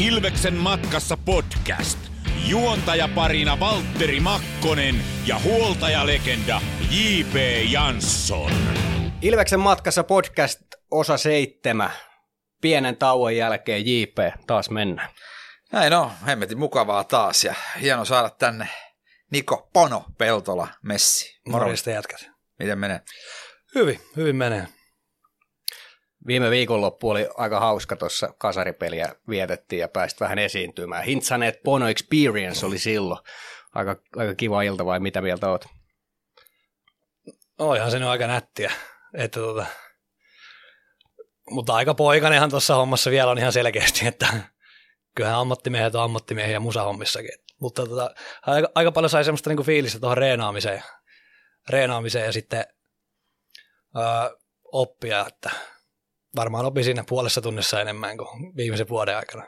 Ilveksen matkassa podcast. Juontajaparina Valtteri Makkonen ja huoltajalegenda J.P. Jansson. Ilveksen matkassa podcast osa 7. Pienen tauon jälkeen J.P. taas mennään. Näin on, hemmetin mukavaa taas ja hieno saada tänne Niko Pono Peltola messi. Morjesta jätkät. Miten menee? Hyvin menee. Viime viikonloppu oli aika hauska, tuossa kasaripeliä vietettiin ja pääsit vähän esiintymään. Hintsaneet Pono Experience oli silloin. Aika kiva ilta, vai mitä mieltä oot? Ihan se nyt aika nättiä. Mutta aika poikanenhan tuossa hommassa vielä on ihan selkeästi, että kyllähän ammattimiehet on ammattimiehiä musahommissakin. Mutta aika paljon sai semmoista niinku fiilistä tuohon reenaamiseen ja sitten oppia, että varmaan opin siinä puolessa tunnissa enemmän kuin viimeisen vuoden aikana.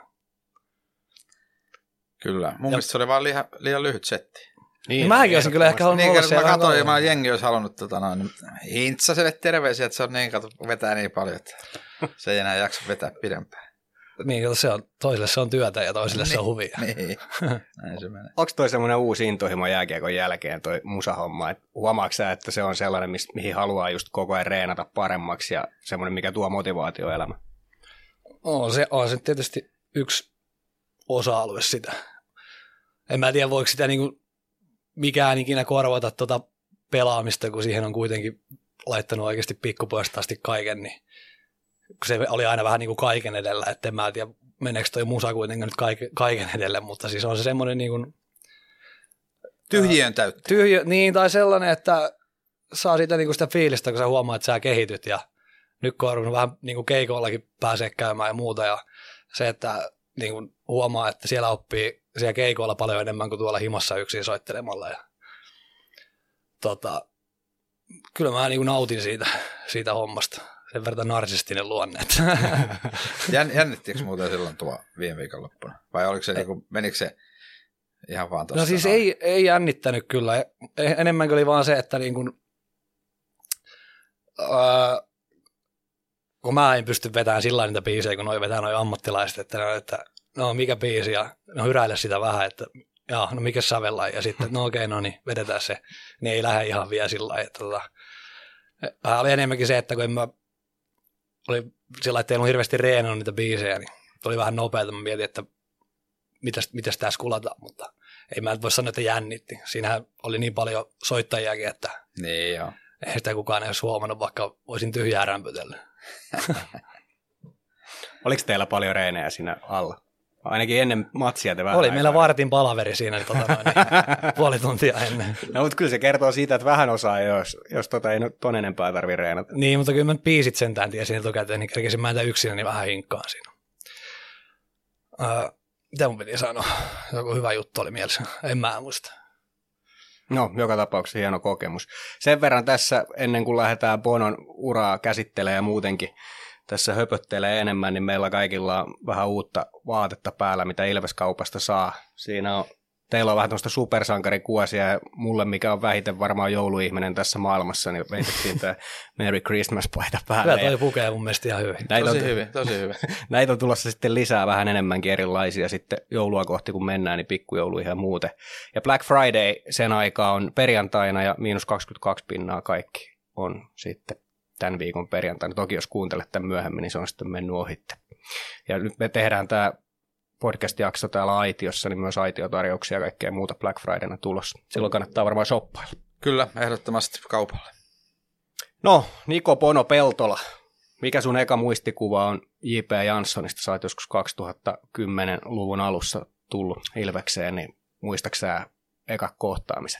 Kyllä, mun mielestä se oli vaan liian lyhyt setti. Niin, mäkin olisin kyllä ehkä halunnut olla siellä. Mä katsoin ja jengi olisi halunnut Hintsaselle terveisiä, että se on niin, vetää niin paljon, että se ei enää jaksa vetää pidempään. Niin, toisille se on työtä ja toisille se on huvia. Niin, näin se menee. Onko toi semmoinen uusi intohimo jääkiekon jälkeen toi musahomma? Et huomaatko sä, että se on sellainen, mihin haluaa just koko ajan reenata paremmaksi ja semmoinen, mikä tuo motivaatio elämään? On se tietysti yksi osa-alue sitä. En mä tiedä, voiko sitä niinku mikään ikinä korvata tuota pelaamista, kun siihen on kuitenkin laittanut oikeasti pikkupojasta asti kaiken, niin se oli aina vähän niin kuin kaiken edellä, että en mä tiedä, meneekö toi musa kuitenkin nyt kaiken edelle, mutta siis on se semmoinen niin kuin tyhjiön täyttä. Niin, tai sellainen, että saa siitä niin kuin sitä fiilistä, kun sä huomaat, että sä kehityt ja nyt kun on vähän niin kuin keikollakin pääsee käymään ja muuta ja se, että niin kuin huomaa, että siellä oppii siellä keikoilla paljon enemmän kuin tuolla himassa yksin soittelemalla ja kyllä mä niin kuin nautin siitä hommasta. Sen verran narsistinen luonne. Jännittiinkö muuten silloin tuo viime viikonloppuna? Vai oliko se menikö se ihan vaan tuossa? No siis ei jännittänyt kyllä. Enemmän oli vaan se, että niin kuin, kun mä en pysty vetämään sillä niitä biisejä, kun noi vetää noi ammattilaiset, että no mikä biisi ja no hyräile sitä vähän, että no mikä sävellä ja sitten no okei, no niin vedetään se. Niin ei lähde ihan vielä sillä lailla. Vähän oli enemmänkin se, että kun oli sillä, että ei ollut hirveästi reenannut niitä biisejä, niin tuli vähän nopealta. Mä mietin, että mitäs tässä kulataan, mutta ei mä voi sanoa, että jännitti. Siinähän oli niin paljon soittajiakin, että niin joo. Ei sitä kukaan edes huomannut, vaikka olisin tyhjää rämpytellyt. Oliko teillä paljon reenejä siinä alla? Ainakin ennen matsia te vähän oli meillä vartin palaveri siinä niin puoli tuntia ennen. No, mutta kyllä se kertoo siitä, että vähän osaa, jos ei ton enempää tarvitse reenata. Niin, mutta kyllä mä biisit sentään tiesin etukäteen, niin kerkesin mä yksinä, niin vähän hinkkaan siinä. Mitä mun piti sanoa? Joku hyvä juttu oli mielessä. En mä muista. No, joka tapauksessa hieno kokemus. Sen verran tässä, ennen kuin lähdetään Ponon uraa käsittelemään ja muutenkin tässä höpöttelee enemmän, niin meillä kaikilla on vähän uutta vaatetta päällä, mitä Ilves-kaupasta saa. Teillä on vähän tuosta supersankarikuosia ja mulle, mikä on vähiten varmaan jouluihminen tässä maailmassa, niin veitettiin tämä Merry Christmas-paita päälle. Kyllä toi pukee mun mielestä ihan hyvin. Tosi hyvin. Näitä on tulossa sitten lisää vähän enemmänkin erilaisia sitten joulua kohti, kun mennään, niin pikkujouluihin ja muuten. Ja Black Friday sen aikaa on perjantaina ja -22% kaikki on sitten tämän viikon perjantaina. Toki jos kuuntelet tämän myöhemmin, niin se on sitten mennyt ohitte. Ja nyt me tehdään tämä podcast-jakso täällä Aitiossa, niin myös aitiotarjouksia ja kaikkea muuta Black Fridayna tulossa. Silloin kannattaa varmaan shoppailla. Kyllä, ehdottomasti kaupalle. No, Niko Pono Peltola. Mikä sun eka muistikuva on J.P. Janssonista? Sä oot joskus 2010-luvun alussa tullut Ilvekseen, niin muistatko sä eka kohtaamiset?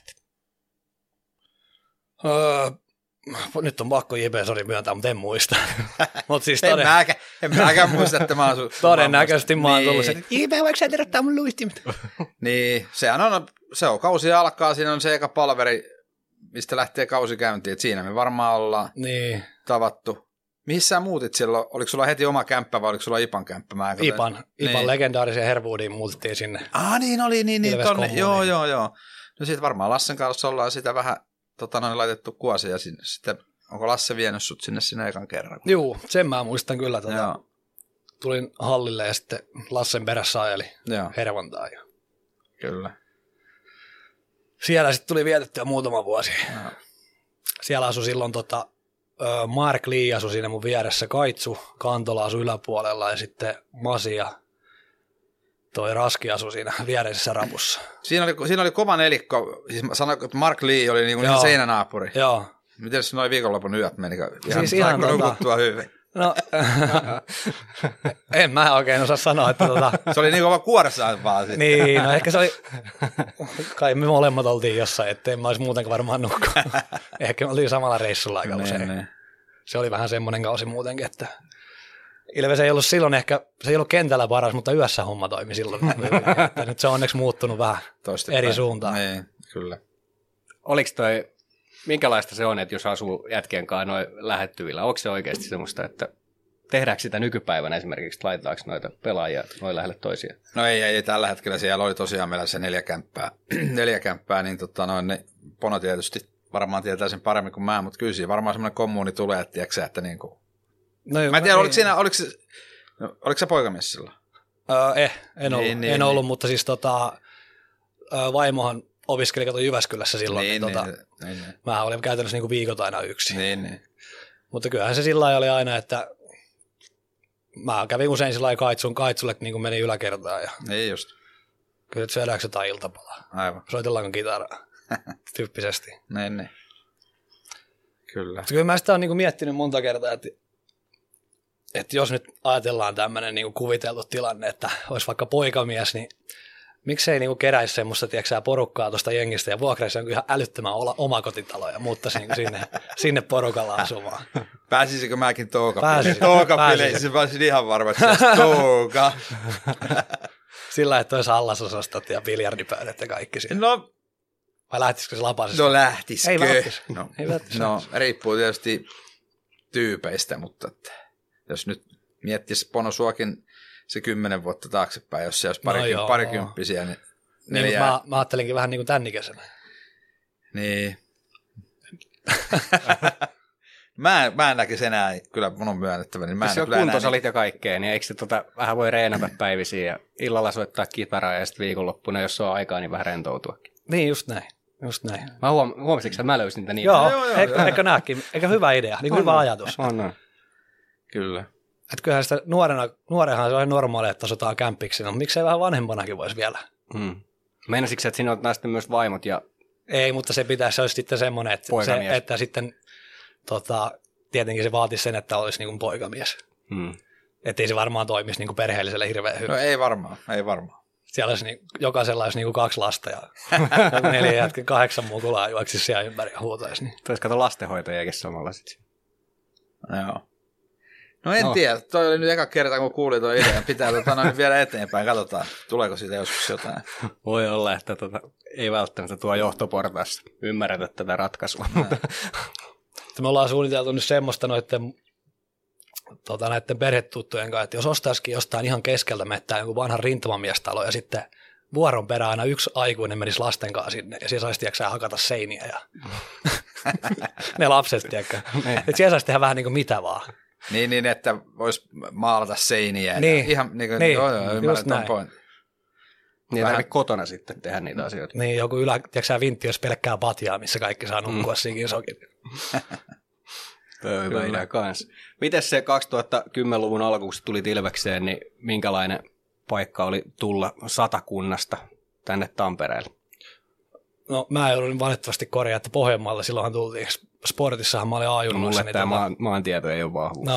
Nyt on pakko J.P. sori myöntää, mutta en muista. Mut siis en mäkään muista, että mä oon todennäköisesti mä oon tullut sen, J.P. voiko sä terottaa mun luistimet? Niin, se on kausi alkaa, siinä on se eka palveri, mistä lähtee kausi käyntiin, että siinä me varmaan ollaan tavattu. Mihin sä muutit silloin? Oliko sulla heti oma kämppä vai oliko sulla Ipan kämppä? Ipan legendaarisen Herwoodiin muutettiin sinne. Niin oli, tonne, joo. No sit varmaan Lassen kanssa ollaan sitä vähän laitettu kuosia sinne. Sitten onko Lasse vienyt sut sinne ekan kerran? Joo, sen mä muistan kyllä. tulin hallille ja sitten Lassen perässä ajeli Hervantaan. Kyllä. Siellä sitten tuli vietettyä muutama vuosi. Ja. Siellä asui silloin Mark Lee asui siinä mun vieressä, Kaitsu Kantola asui yläpuolella ja sitten Masi ja toi Raski asui siinä viereisessä rapussa. Siinä oli kova nelikko, siis sanoinko, että Mark Lee oli niin kuin seinänaapuri. Joo. Miten noin viikonlopun yöt meni? Ihan nukuttua hyvin. No, en mä oikein osaa sanoa, että Se oli niin kova kuorsa vaan sitten. Niin, no ehkä se oli, kai me molemmat oltiin jossain, ettei mä olisi muutenkaan varmaan nukkua. Ehkä me oltiin samalla reissulla aika usein. Se oli vähän semmoinen kausi muutenkin, että Ilves ei ollut silloin ehkä, se ei ollut kentällä paras, mutta yössä homma toimi silloin. Nyt se on onneksi muuttunut vähän eri suuntaan. Niin, kyllä. Oliko minkälaista se on, että jos asuu jätkien kanssa noin lähettyvillä? Onko se oikeasti semmoista, että tehdäänkö sitä nykypäivänä esimerkiksi, että laitetaanko noita pelaajia noin lähelle toisiaan? No ei tällä hetkellä. Siellä oli tosiaan meillä se 4 kämppää, niin ne Pono tietysti varmaan tietää sen paremmin kuin mä, mutta kyllä siinä varmaan semmoinen kommuuni tulee, että tiedätkö että niin kuin... No, mä en tiedä, oliko se poikamies silloin? En ollut, mutta siis vaimohan opiskeli Jyväskylässä silloin, niin. Mä olin käytännössä niinku viikot aina yksin. Niin. Mutta kyllähän se sillä lailla oli aina, että mä kävin usein sillä lailla Kaitsulle, niin kuin meni yläkertaan. Ja niin just. Kyllä, että syödäänkö jotain iltapalaa. Aivan. Soitellaanko kitaraa. Tyyppisesti. Niin. Kyllä. Mutta kyllä mä sitä olen niinku miettinyt monta kertaa, että jos nyt ajatellaan tämmöinen niinku kuviteltu tilanne, että olisi vaikka poikamies, niin miksei niinku keräisi semmoista, tiedätkö, porukkaa tuosta jengistä ja vuokraisi jonkun ihan älyttömän omakotitalo ja muuttaisi niinku sinne porukalla asumaan. Pääsisikö mäkin toukapileisiin? Mä olisin ihan varma, että se olisi touka. Sillä, että olisi allasosastot ja biljardipöydät ja kaikki siinä. No, vai lähtisikö se lapasesta? No lähtisikö? Ei lähtisi. No, riippuu tietysti tyypeistä, mutta jos nyt miettisi Pono suakin se 10 vuotta taaksepäin, jos se olisi parikymppisiä, niin 4... Mä ajattelinkin vähän niin kuin tämän ikäisenä. Niin. Mä en näkisi enää, kyllä mun on myönnettävä. Niin jos on kuntosalit ja kaikkea, niin eikö se vähän voi reenata päivisiä ja illalla soittaa kitaraa ja sitten viikonloppuna, jos on aikaa, niin vähän rentoutuakin. Niin, just näin. Mä huomasitko, että mä löysin niitä niitä? Joo. Eikö nähkin? Eikö hyvä idea? Niin hyvä ajatus. On. Kyllä. Että kyllähän sitä nuorenhan se on normaalia, että tasotaan kämpiksi, no miksei vähän vanhempanakin voisi vielä. Meinasitko, että siinä on sitten myös vaimot ja... Ei, mutta se olisi sitten semmoinen, että sitten tietenkin se vaatisi sen, että olisi niin kuin poikamies. Että ei se varmaan toimisi niin kuin perheelliselle hirveän hyvin. No ei varmaan. Siellä olisi jokaisella olisi niin kuin 2 lasta ja 4 jätkä 8 mukulaa juoksisi siellä ympäri ja huutaisi. Niin. Toisi kato lastenhoitajakin samalla sitten. Joo. No en tiedä. Toi oli nyt eka kerta, kun kuulin tuon idean. Pitää viedä eteenpäin. Katsotaan, tuleeko siitä joskus jotain. Voi olla, että ei välttämättä tuo johtoportaassa ymmärretä tätä ratkaisua. Me ollaan suunniteltu nyt semmoista näiden perhetuttujen kanssa, että jos ostaisikin jostain ihan keskeltä mettää jonkun vanhan rintamamiestalo ja sitten vuoron perään aina yksi aikuinen menisi lasten kanssa sinne ja siellä saisi tiedätkö, hakata seiniä ja ne lapset, tiedätkö. Että siellä saisi tehdä vähän niin kuin mitä vaan. Niin, että voisi maalata seiniä. Niin, ihan just näin. Niin tarvitse kotona sitten tehdä niitä asioita. Niin, joku vintti, jos pelkkää patjaa, missä kaikki saa nukkua siinkin sokin. Hyvä idea kanssa. Miten se 2010-luvun alkuun tulit Ilvekseen, niin minkälainen paikka oli tulla Satakunnasta tänne Tampereelle? No mä joudun valitettavasti korjaa, että Pohjanmaalla silloinhan tultiin. Sportissahan mä olin A-junnuissa. Mulle tämä maantieto ei ole vahvuus.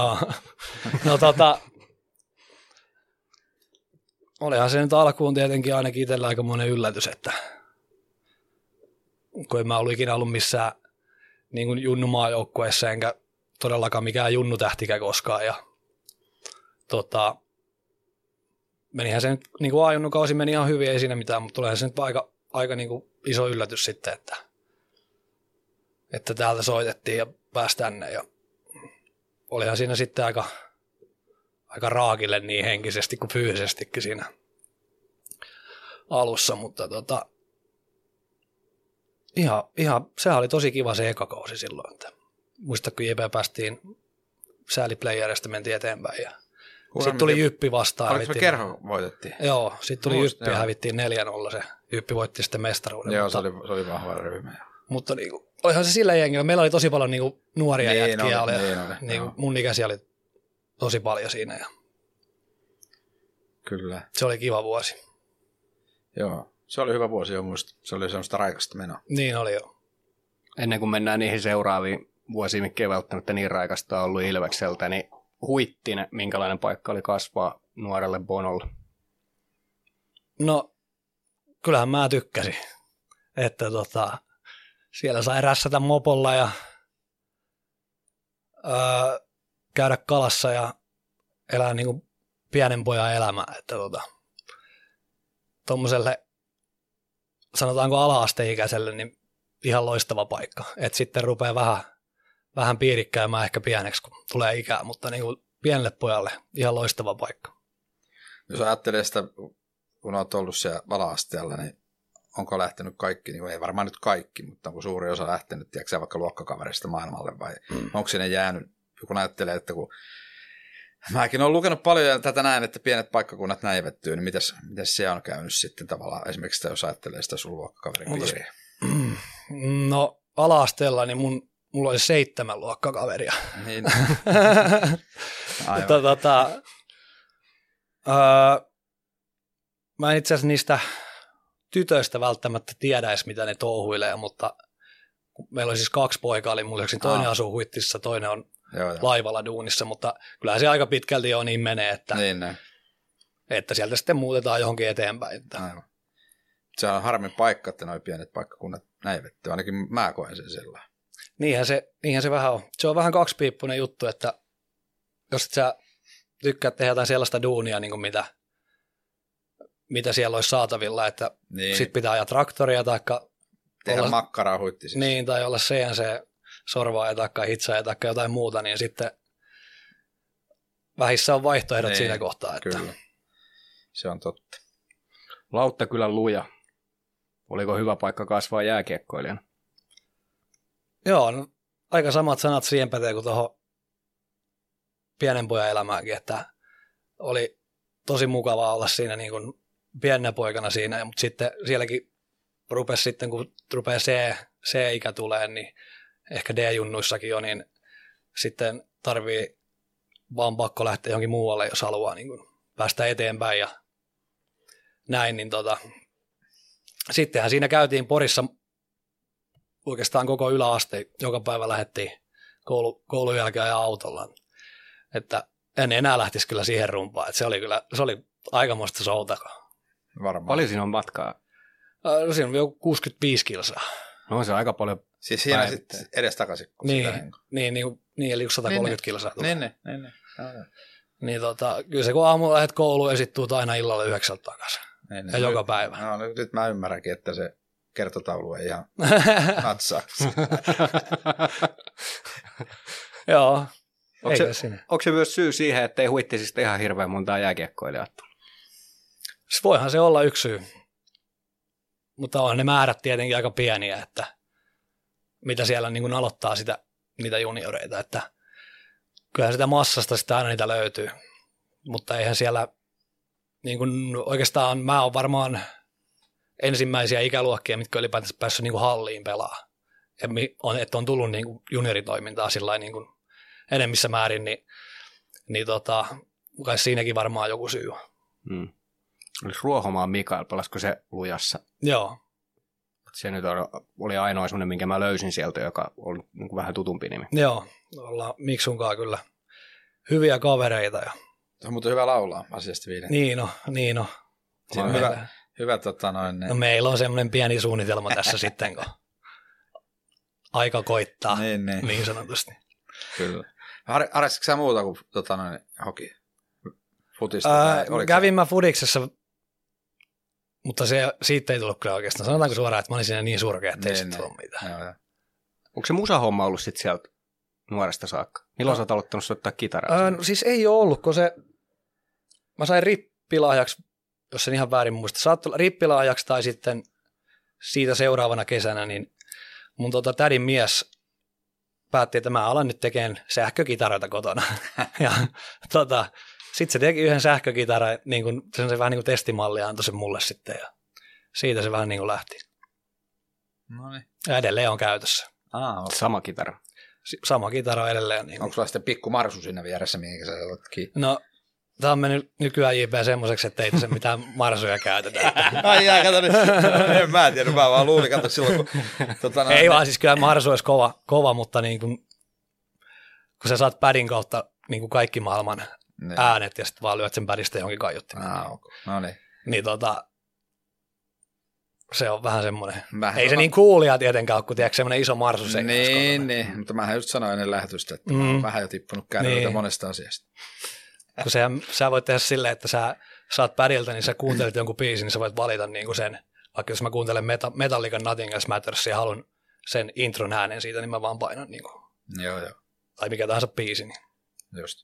Olihan se nyt alkuun tietenkin ainakin itsellä aikamoinen yllätys, että kun en mä ikinä ollut missään niin kuin junnumaajoukkueessa, enkä todellakaan mikään junnutähtikä koskaan. Ja menihän se nyt, niin kuin A-junnukausi meni ihan hyvin, ei siinä mitään, mutta tuleehan se nyt aika niin kuin iso yllätys sitten, että täältä soitettiin ja pääsi tänne. Ja olihan siinä sitten aika raakille niin henkisesti kuin fyysisestikin siinä alussa, mutta ihan sehän oli tosi kiva se ekakausi silloin, että muista kun JP päästiin sääliplayerista mentiin eteenpäin ja Sitten tuli Jyppi vastaan. Oliko se kerho voitettiin? Joo, sitten tuli Jyppi ja hävittiin 4-0. Se Jyppi voitti sitten mestaruuden. Joo, se oli vahva ryhmä. Mutta niinku, olihan se sillä jengillä. Meillä oli tosi paljon niinku nuoria jätkiä. Niinku, mun ikäisiä oli tosi paljon siinä. Ja kyllä. Se oli kiva vuosi. Joo, se oli hyvä vuosi jo muista. Se oli semmoista raikasta menoa. Niin oli jo. Ennen kuin mennään niihin seuraaviin vuosiin, mikä ei välttämättä niin raikasta ollut Ilvekseltä, niin Huittinen, minkälainen paikka oli kasvaa nuorelle Bonolle? No, kyllähän mä tykkäsin, että siellä sai rässätä mopolla ja käydä kalassa ja elää niin kuin pienen pojan elämää, että tuommoiselle, sanotaanko ala-asteikäiselle, niin ihan loistava paikka, että sitten rupeaa vähän piirikkäämään ehkä pieneksi, kun tulee ikää, mutta niin kuin pienelle pojalle ihan loistava paikka. Jos ajattelee sitä, kun olet ollut siellä ala-asteella, niin onko lähtenyt kaikki, niin ei varmaan nyt kaikki, mutta onko suuri osa lähtenyt, tiedätkö vaikka luokkakaverista maailmalle, vai onko sinne jäänyt, kun ajattelee, että kun mäkin olen lukenut paljon tätä näin, että pienet paikkakunnat näivettyy, niin mitäs se on käynyt sitten tavallaan, esimerkiksi jos ajattelee sitä sun luokkakaverin piiriä? No ala-asteella, niin mulla oli 7 luokkakaveria. Niin. Mä en itse asiassa niistä tytöistä välttämättä tiedä edes, mitä ne touhuilee, mutta meillä oli siis 2 poikaa, eli mulla toinen asuu Huittissa, toinen on laivalla duunissa, mutta kyllähän se aika pitkälti jo niin menee, että sieltä sitten muutetaan johonkin eteenpäin. Aivan. Se on harmin paikka, että nuo pienet paikkakunnat näivettyy, ainakin mä koen sen sellainen. Niinhän se vähän on. Se on vähän kaksipiippunen juttu, että jos et sä tykkäät tehdä jotain sellaista duunia, niin kuin mitä siellä olisi saatavilla, että sit pitää ajaa traktoria tai tehdä makkaraa Huittisissa. Niin, tai olla CNC-sorvaaja tai hitsaaja tai jotain muuta, niin sitten vähissä on vaihtoehdot siinä kohtaa. Että kyllä, se on totta. Lauttakylän Luja. Oliko hyvä paikka kasvaa jääkiekkoilijana? Joo, no, aika samat sanat siihen pätee kuin tuohon pienen pojan elämäänkin, että oli tosi mukavaa olla siinä niin kuin pienenä poikana siinä, mutta sitten sielläkin rupesi sitten, kun rupeaa C-ikä tulee, niin ehkä D-junnuissakin jo, niin sitten tarvii vaan pakko lähteä johonkin muualle, jos haluaa niin kuin päästä eteenpäin ja näin, niin sittenhän siinä käytiin Porissa oikeastaan koko yläaste, joka päivä lähdettiin koulun jälkeen ja autolla, että en enää lähtisi kyllä siihen rumpaan, että se oli aikamoista soutakaan. Varmaan. Paljon siinä on matkaa? No, siinä on jo 65 kilsaa. No se on aika paljon. Siis siinä sitten edes takaisin. Niin, eli 130 kilsaa tulee. Niin. Kyllä se kun aamulla lähdet kouluun ja sitten tuut aina illalla 9 takaisin. Ja joka päivä. No, nyt mä ymmärränkin, että se kertotaulu ei ihan natsaa. Joo. Onko se myös syy siihen, että ei Huittisista ihan hirveän montaa jääkiekkoilijaa tullut? Voihan se olla yksi syy. Mutta on ne määrät tietenkin aika pieniä, että mitä siellä niin kuin aloittaa niitä junioreita. Että kyllähän sitä massasta sitä aina niitä löytyy. Mutta eihän siellä niin kuin oikeastaan mä oon varmaan ensimmäisiä ikäluokkia, mitkä ylipäätänsä päässyt niin kuin halliin pelaamaan. Että on tullut niin kuin junioritoimintaa sillain niin kuin enemmissä määrin, niin kai siinäkin varmaan joku syy on. Olisi Ruohomaan Mikael, pelasiko se Lujassa? Joo. Se nyt oli ainoa sellainen, minkä mä löysin sieltä, joka oli niin kuin vähän tutumpi nimi. Joo, ollaan Miksunkaan kyllä hyviä kavereita. Ja se on muuten hyvä laulaa asiasta viiden. Niin on. Se on hyvä No meillä on semmoinen pieni suunnitelma tässä sitten, kun aika koittaa, niin sanotusti. Kyllä. Harrasitko sä muuta kuin hoki? Futista? Kävin mä fudiksessa, mutta siitä ei tullut kyllä oikeastaan. Sanotaanko suoraan, että mä olin siinä niin surkea, että ei sitten tullut mitään. Joo. Onko se musahomma ollut sitten sieltä nuoresta saakka? Milloin sä oot aloittanut soittaa kitaraa? No, siis ei ole ollut, kun mä sain rippilahjaksi, jos en ihan väärin muista, saattoi rippilahjaksi tai sitten siitä seuraavana kesänä, niin mun tädin mies päätti, että mä alan nyt tekemään sähkökitaroita kotona. Ja Sitten se teki yhden sähkökitaran, niin kuin, se vähän niin kuin testimalli antoi sen mulle sitten ja siitä se vähän niin kuin lähti. Noniin. Ja edelleen on käytössä. Okay. Sama kitara. Sama kitara on edelleen. Niin onko sulla sitten pikku marsu siinä vieressä, mihinkä sä olet kiinni? No, tämä on mennyt nykyään JP semmoiseksi, että ei tässä mitään marsuja käytetä. Ai jää, kato nyt. En mä tiedä, mä vaan luulin, kato silloin, kun... Ei vaan, siis kyllä marsu olisi kova mutta niin kun sä saat pädin kautta niin kuin kaikki maailman äänet ja sitten vaan lyöt sen pädistä johonkin kaiuttimeen. Okay. No niin. Niin se on vähän semmoinen. Ei se niin coolia tietenkään ole, kun tiedätkö semmoinen iso marsu se. Niin, mutta mähän just sanoin ennen lähetystä, että mä oon vähän jo tippunut kärryiltä monesta asiasta. Kun sä voit tehdä silleen, että sä saat pädiltä, niin sä kuuntelet jonkun biisin, niin sä voit valita niin kuin sen, vaikka jos mä kuuntelen Metallican Nothing Else Matters ja haluan sen intron äänen siitä, niin mä vaan painan niin kuin. Joo. Tai mikä tahansa biisi. Niin. Just.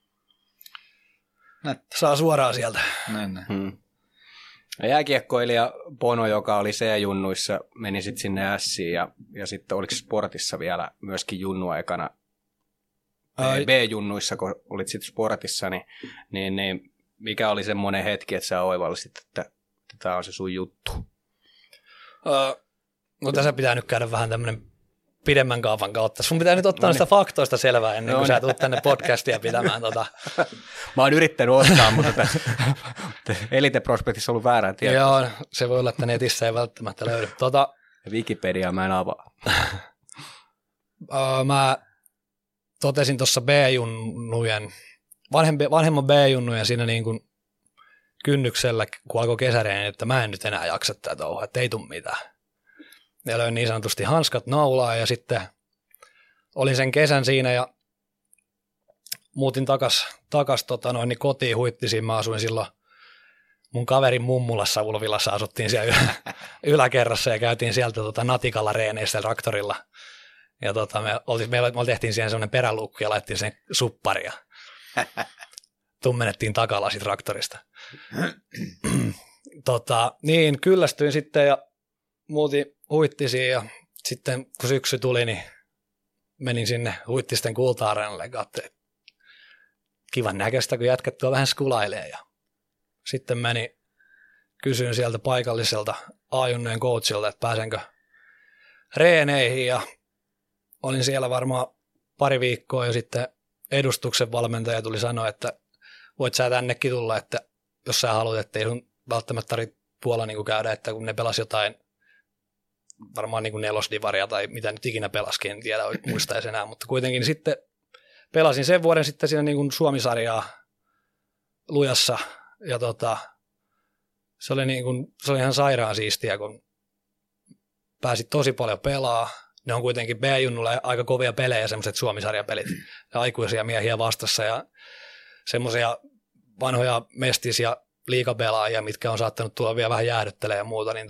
Saa suoraan sieltä. Näin. Jääkiekkoilija Bono, joka oli C-junnuissa, meni sitten sinne Siin ja sitten oliko Sportissa vielä myöskin junnuaikana B-junnuissa, kun olit sitten Sportissa, niin mikä oli semmoinen hetki, että sä oivallisit, että tämä on se sun juttu? No tässä pitää nyt käydä vähän tämmöinen pidemmän kaavan kautta. Sun pitää nyt ottaa niistä faktoista selvää ennen kuin sä tulet tänne podcastia pitämään. Mä oon yrittänyt ottaa, mutta Elite Prospectissa on ollut väärää tietoa. Joo, se voi olla, että netissä ei välttämättä löydy. Wikipedia mä en avaa. Mä totesin tuossa B-junnujen, vanhemman B-junnujen siinä niin kuin kynnyksellä, kun alkoi kesäreeni, että mä en nyt enää jaksa tätä touhua, että ei tule mitään. Ja löin niin sanotusti hanskat naulaa ja sitten olin sen kesän siinä ja muutin takas niin kotiin Huittisiin. Mä asuin silloin mun kaverin mummulassa Ulvilassa, asuttiin siellä yläkerrassa ja käytiin sieltä natikalla reeneissä traktorilla. Ja me tehtiin siihen semmoinen peräluukku ja laitettiin sen suppari ja tummennettiin takalasi traktorista. Niin kyllästyin sitten ja muutin Huittisiin ja sitten kun syksy tuli, niin menin sinne Huittisten kulta-areenalle ja katsoin, kivan näköistä, kun jätkät tuo vähän skulailee. Ja sitten kysyin sieltä paikalliselta A-junnojen coachilta, että pääsenkö reeneihin ja olin siellä varmaan pari viikkoa ja sitten edustuksen valmentaja tuli sanoa, että voit sä tännekin tulla, että jos sä haluat, ettei sun välttämättä tarvitse tuolla niin käydä, että kun ne pelasi jotain varmaan niin kuin nelosdivaria tai mitä nyt ikinä pelaskin, en tiedä muistaisi enää, mutta kuitenkin niin sitten pelasin sen vuoden sitten siinä niin kuin Suomi-sarjaa lujassa ja se oli ihan sairaan siistiä, kun pääsit tosi paljon pelaa. Ne on kuitenkin B-junnulla aika kovia pelejä, semmoiset Suomi-sarjapelit ja aikuisia miehiä vastassa ja semmoisia vanhoja mestis- ja liigapelaajia, mitkä on saattanut tulla vielä vähän jäähdyttelemään ja muuta, niin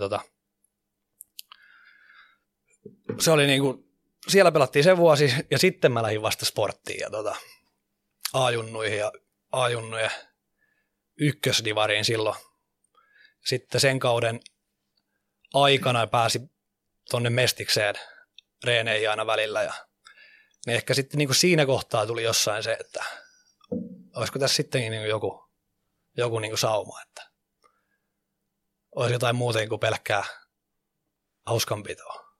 se oli niinku, siellä pelattiin se vuosi ja sitten mä lähdin vasta sporttiin ja A-junnuihin ja A-junnujen ykkösdivariin silloin. Sitten sen kauden aikana pääsi tonne mestikseen reeneihin aina välillä ja niin ehkä sitten niinku siinä kohtaa tuli jossain se, että olisiko tässä sittenkin niinku joku niinku sauma, että olisi jotain muuta kuin pelkkää hauskanpitoa.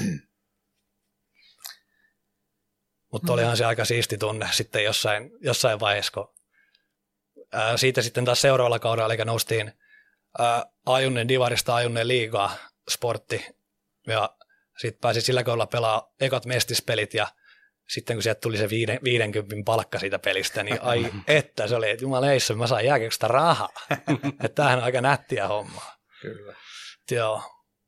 Mutta olihan se aika siisti tunne sitten jossain vaiheessa, kun siitä sitten taas seuraavalla kaudella, eli noustiin A-junnen divarista A-junnen liigaa sportti, ja sitten pääsi sillä kaudella pelaa ekat mestispelit, ja sitten kun sieltä tuli se 50 palkka siitä pelistä, niin ai että se oli, että jumaleissa, mä saan jääkiekosta rahaa. Että tämähän on aika nättiä hommaa. Kyllä. Joo.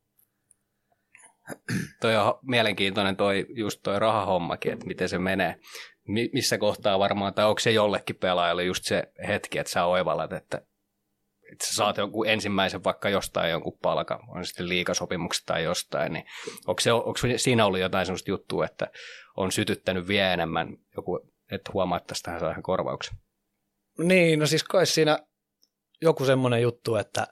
Toi on mielenkiintoinen just toi rahahommakin, että miten se menee. Missä kohtaa varmaan, tai onko se jollekin pelaajalle just se hetki, että sä oivallat, että sä saat jonkun ensimmäisen vaikka jostain jonkun palkan, on sitten liigasopimuksesta tai jostain, niin onko siinä ollut jotain sellaista juttua, että on sytyttänyt vielä enemmän joku, että huomaa, että tästä saa ihan korvauksen? Niin, no siis kai siinä joku semmoinen juttu, että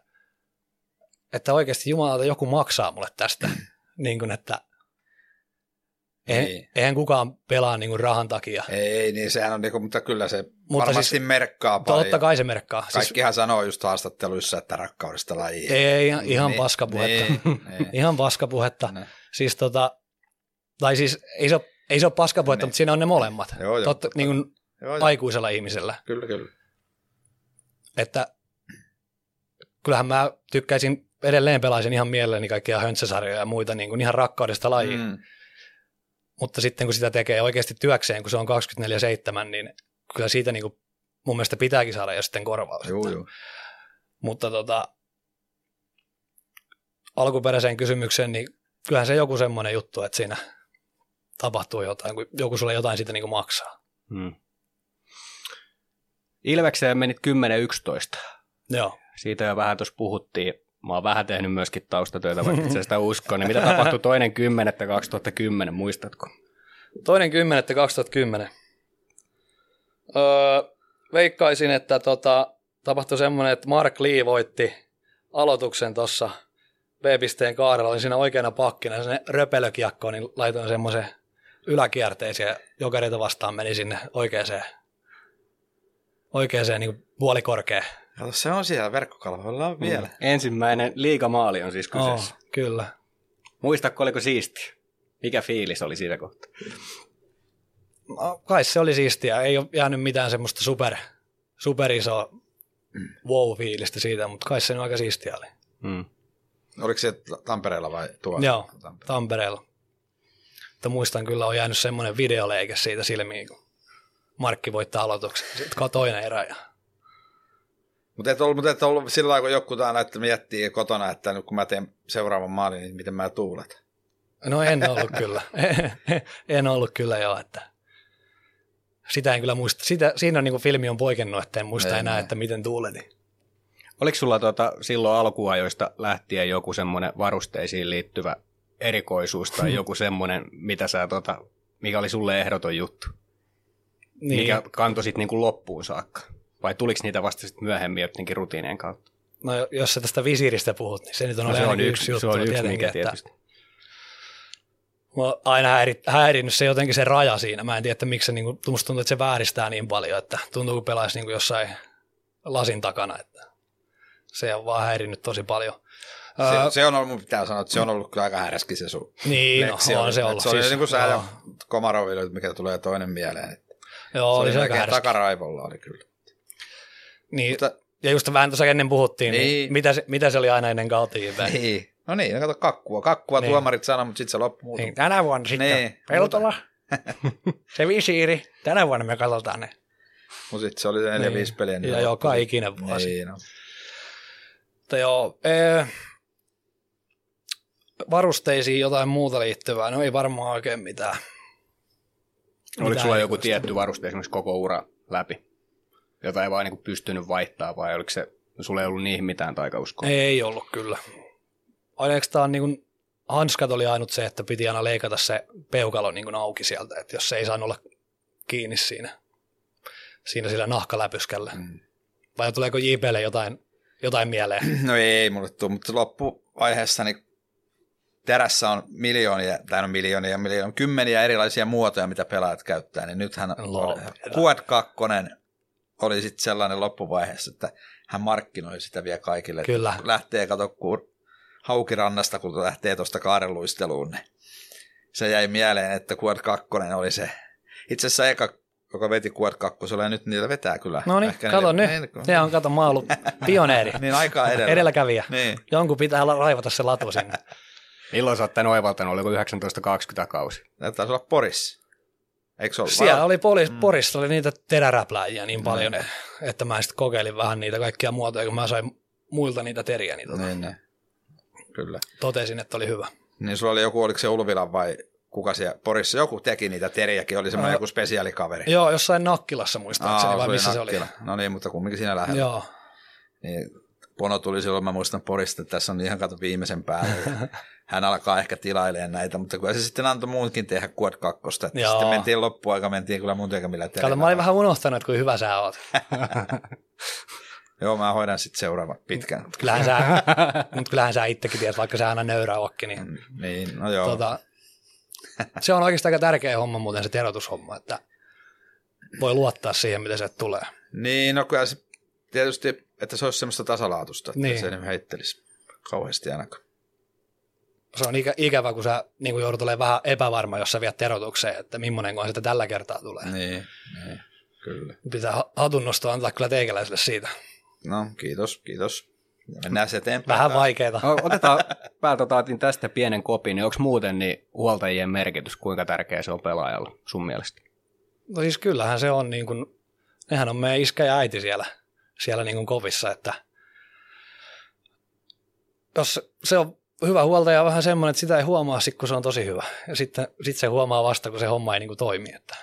oikeasti Jumalalta joku maksaa mulle tästä. Niin kuin, että Eihän kukaan pelaa niin kuin rahan takia. Ei, niin sehän on, mutta kyllä se varmasti siis merkkaa paljon. Totta kai se merkkaa. Kaikkihan sanoo just haastatteluissa, että rakkaudesta laji. Ei, ihan paskapuhetta. Ihan paskapuhetta. Siis tai siis ei se ole paskapuhetta, mutta siinä on ne molemmat. Joo. Niin kuin aikuisella ihmisellä. Kyllä. Että kyllähän mä tykkäisin, edelleen pelaisin ihan mielelläni kaikkia höntsäsarjoja ja muita niin kuin ihan rakkaudesta lajiin. Mutta sitten kun sitä tekee oikeasti työkseen, kun se on 24/7, niin kyllä siitä niin kuin mun mielestä pitääkin saada jo sitten korvaus. Joo. Mutta alkuperäiseen kysymykseen, niin kyllähän se joku semmoinen juttu, että siinä tapahtuu jotain, kun joku sulle jotain siitä niin kuin maksaa. Ilvekseen menit 10-11. Joo. Siitä jo vähän tuossa puhuttiin. Mä oon vähän tehnyt myöskin taustatöitä, vaikka itse sitä uskon. Niin mitä tapahtui 2.10.2010, muistatko? 2.10.2010. Veikkaisin, että tapahtui semmoinen, että Mark Lee voitti aloituksen tuossa B-pisteen kaarella. Olin siinä oikeana pakkina, se röpelökiekko, niin laitoin semmoisen yläkierteeseen ja Jokereita vastaan meni sinne oikeaan niin puolikorkeen. Kato, se on siellä verkkokalvoilla vielä. Ensimmäinen liigamaali on siis kyseessä. Kyllä. Muistatko, oliko siistiä? Mikä fiilis oli siinä kohtaa? No, kai se oli siistiä. Ei ole jäänyt mitään semmoista super isoa wow-fiilistä siitä, mutta kai se nyt aika siistiä oli. Oliko se Tampereella vai tuolla? Joo, Tampereella. Mutta muistan kyllä, on jäänyt semmoinen videoleike siitä silmiin, kun Markki voittaa aloituksen. Sitten toinen erä. Mutta et ollut sillä lailla, kun joku aina, että miettii kotona, että nyt kun mä teen seuraavan maalin, niin miten mä tuulet? No en ollut kyllä. En ollut kyllä joo, että sitä en kyllä muista. Siinä on niin kuin filmi on poikennut, että en muista enää, että miten tuuletin. Oliko sulla silloin alkuajoista lähtien joku semmoinen varusteisiin liittyvä erikoisuus tai joku semmoinen, mitä mikä oli sulle ehdoton juttu? Niin. Mikä kantoi sitten niin kuin loppuun saakka? Vai tuliko niitä vasta sitten myöhemmin jotenkin rutiinien kautta? No jos sä tästä visiiristä puhut, niin se nyt on ainakin yksi juttu. Se on yksi, mikä tietysti. Mä oon aina häirinnyt se jotenkin se raja siinä. Mä en tiedä, että miksi se, niin kuin, musta tuntuu, että se vääristää niin paljon, että tuntuu, kun pelaisi niin kuin jossain lasin takana. Että se on vaan häirinnyt tosi paljon. Se on ollut, mun pitää sanoa, että se on ollut kyllä aika häräski se sun niin, leksio. On se ollut. Se oli siis, niin kuin sä ja Komaroville, mikä tulee toinen mieleen. Joo, oli melkein takaraivolla oli kyllä. Niin, mutta, ja just vähän tuossa ennen puhuttiin, niin mitä se oli aina ennen kautta JB? Niin, no niin, kato kakkua niin. Tuomarit sanoo, mutta sitten se loppuu muuta. Niin, tänä vuonna sitten Peltola, se visiiri, tänä vuonna me katsotaan ne. Mutta sitten se oli 4-5 peliä. Ja joka ikinen vuosi. Niin, no. Mutta joo, varusteisiin jotain muuta liittyvää, no ei varmaan oikein mitään. Oliko sulla joku tietty varuste esimerkiksi koko ura läpi, jota ei vaan niin pystynyt vaihtaa, vai oliko se, sulla ei ollut niihin mitään taikauskoa? Ei ollut kyllä. Oikeastaan niin kuin hanskat oli ainut se, että piti aina leikata se peukalo niin kuin auki sieltä, että jos se ei saanut olla kiinni siinä sillä nahkaläpyskällä. Vai tuleeko JP:lle jotain mieleen? No ei mulle tule, mutta loppuvaiheessa niin terässä on miljoonia, kymmeniä erilaisia muotoja, mitä pelaajat käyttää, niin nythän Quad 2 oli sitten sellainen loppuvaiheessa, että hän markkinoi sitä vielä kaikille. Kyllä. Lähtee, kato, Haukirannasta, kun lähtee tuosta kaarenluisteluun, niin se jäi mieleen, että Quad 2 oli se. Itse asiassa eka, joka veti Quad 2, ja nyt niitä vetää kyllä. No niin, kato nyt. Se on, kato, mä ollut pioneeri. Niin, aikaa edellä. Edelläkävijä. Niin. Jonkun pitää raivata se latu sinne. Milloin sä oot tän oivaltanut, oliko 1920 kausi? Taisi olla Porissa. Eikö se ollut? Siellä oli Porissa oli niitä teräräpläjiä niin paljon, että mä sitten kokeilin vähän niitä kaikkia muotoja, kun mä sain muilta niitä teriä. Niin. Kyllä. Totesin, että oli hyvä. Niin sulla oli joku, oliko se Ulvilan vai kuka siellä Porissa? Joku teki niitä teriäkin, oli semmoinen joku spesiaalikaveri. Joo, jossain Nakkilassa muistaakseni, vai missä Nakkila. se oli? No niin, mutta kumminkin siinä lähellä. Joo. Niin, Pono tuli silloin, mä muistan Porista, että tässä on ihan kato viimeisen päälle. Hän alkaa ehkä tilailemaan näitä, mutta kyllä se sitten antoi muutkin tehdä Quad 2. Sitten mentiin loppuaika, mentiin kyllä muun tekemillä terillä. Kato, mä olin vähän unohtanut, että kuin hyvä sä oot. Joo, mä hoidan sitten seuraavan pitkän. Kyllähän sä itsekin tiedät, vaikka sä aina nöyrä okki. Niin, no joo. Se on oikeastaan aika tärkeä homma muuten se teroitushomma, että voi luottaa siihen, mitä se tulee. Niin, no kyllä se tietysti, että se olisi semmoista tasalaatusta, että niin. se ei heittelisi kauheasti ainakaan. Se on ikävä, kun sä niin joudut olemaan vähän epävarma, jos sä viet terotukseen, että millainen sitä tällä kertaa tulee. Niin, kyllä. Pitää hatunnostoa antaa kyllä teikäläiselle siitä. No, kiitos. Mennään se eteenpäin. Vähän vaikeeta. Otin tästä pienen kopin, niin onko muuten niin huoltajien merkitys, kuinka tärkeä se on pelaajalle sun mielestä? No siis kyllähän se on, niin kuin, nehän on meidän iskä ja äiti siellä niin kuin kopissa, että jos se on hyvä huoltaja on vähän semmoinen, että sitä ei huomaa sit, kun se on tosi hyvä. Ja sitten se huomaa vasta, kun se homma ei niin kuin toimi. Että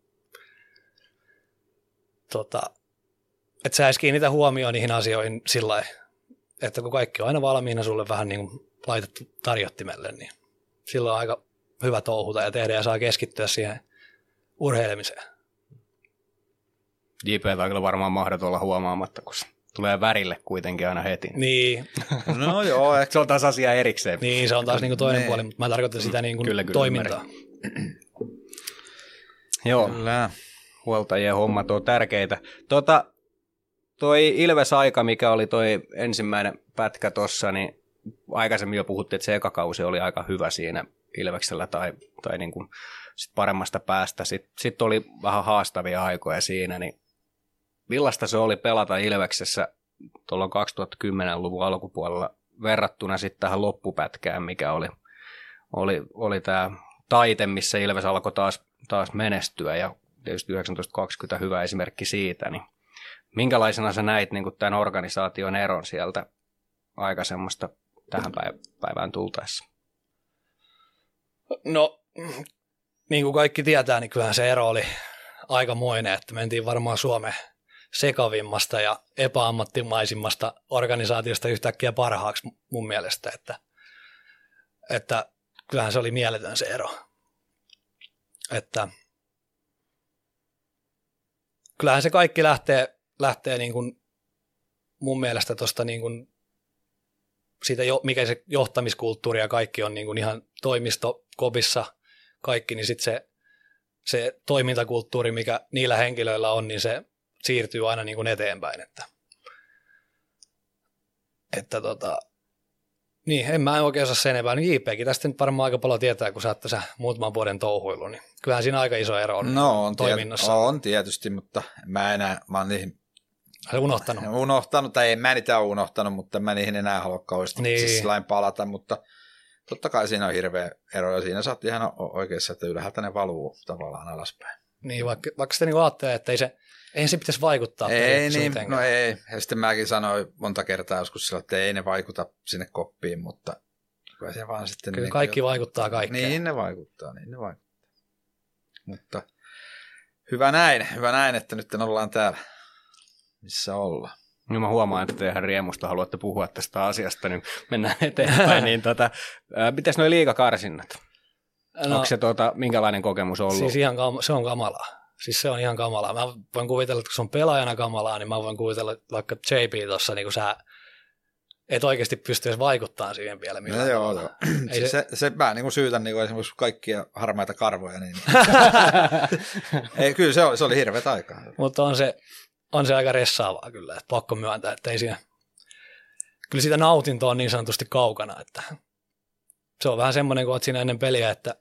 sä edes kiinnitä huomioon niihin asioihin sillä lailla, että kun kaikki on aina valmiina sulle vähän niin kuin laitettu tarjottimelle, niin silloin on aika hyvä touhuta ja tehdä ja saa keskittyä siihen urheilemiseen. JP:tä on kyllä varmaan mahdoton olla huomaamatta, kun tulee värille kuitenkin aina heti. Niin. No joo. Se on taas asia erikseen. Niin, se on taas niin kuin toinen puoli, mutta mä tarkoitan sitä niin kuin kyllä, toimintaa. Joo, kyllä. Huoltajien hommat on tärkeitä. Toi Ilves-aika, mikä oli toi ensimmäinen pätkä tossa, niin aikaisemmin jo puhuttiin, että se eka kausi oli aika hyvä siinä Ilveksellä tai niin kuin sit paremmasta päästä. Sitten oli vähän haastavia aikoja siinä, niin millaista se oli pelata Ilveksessä tuolla 2010-luvun alkupuolella verrattuna sitten tähän loppupätkään, mikä oli tämä taite, missä Ilves alkoi taas menestyä ja tietysti 1920 hyvä esimerkki siitä, niin minkälaisena sä näit niin tämän organisaation eron sieltä aikaisemmasta tähän päivään tultaessa? No, niin kuin kaikki tietää, niin kyllähän se ero oli aikamoinen, että mentiin varmaan Suomen sekavimmasta ja epäammattimaisimmasta organisaatiosta yhtäkkiä parhaaksi mun mielestä, että kyllähän se oli mieletön se ero. Että kyllähän se kaikki lähtee niin kuin mun mielestä tuosta niin kuin siitä, mikä se johtamiskulttuuri ja kaikki on niin kuin ihan toimistokopissa kaikki, niin sitten se toimintakulttuuri, mikä niillä henkilöillä on, niin se siirtyy aina niin kuin eteenpäin. Niin, en mä oikein osaa sen enempää. JP:kin tästä nyt varmaan aika paljon tietää, kun sä oot tässä muutaman vuoden touhuilu, niin kyllähän siinä aika iso ero on toiminnassa. On tietysti, mutta mä oon niihin unohtanut, tai en mä niitä ole unohtanut, mutta mä niihin enää halua kauheasti siis palata, mutta totta kai siinä on hirveä ero, ja siinä sä oot ihan oikeassa, että ylhäältä ne valuu tavallaan alaspäin. Niin, vaikka sitten niin ajattelee, että ei se pitäisi vaikuttaa. Ei, niin, no ei. Ja sitten mäkin sanoin monta kertaa joskus sillä, että ei ne vaikuta sinne koppiin, mutta kyllä se vaan sitten... Kyllä kaikki vaikuttaa kaikkeen. Niin ne vaikuttaa. Mutta hyvä näin, että nyt ollaan täällä, missä ollaan. No mä huomaan, että te ihan riemusta haluatte puhua tästä asiasta, niin mennään eteenpäin. Niin mites noi liigakarsinnat? No, onko se minkälainen kokemus ollut? Siis se on kamalaa. Siis se on ihan kamalaa. Mä voin kuvitella, että kun se on pelaajana kamalaa, niin mä voin kuvitella, että vaikka JP tuossa, niin kun sä et oikeasti pysty edes vaikuttamaan siihen vielä millään. No joo. Se mä niin syytän niin esimerkiksi kaikkia harmaita karvoja. Niin. Ei, kyllä se oli hirveät aikaa. Mutta on se aika ressaavaa kyllä, että pakko myöntää, että ei siinä, kyllä sitä nautintoa on niin sanotusti kaukana, että se on vähän semmoinen, kun oot siinä ennen peliä, että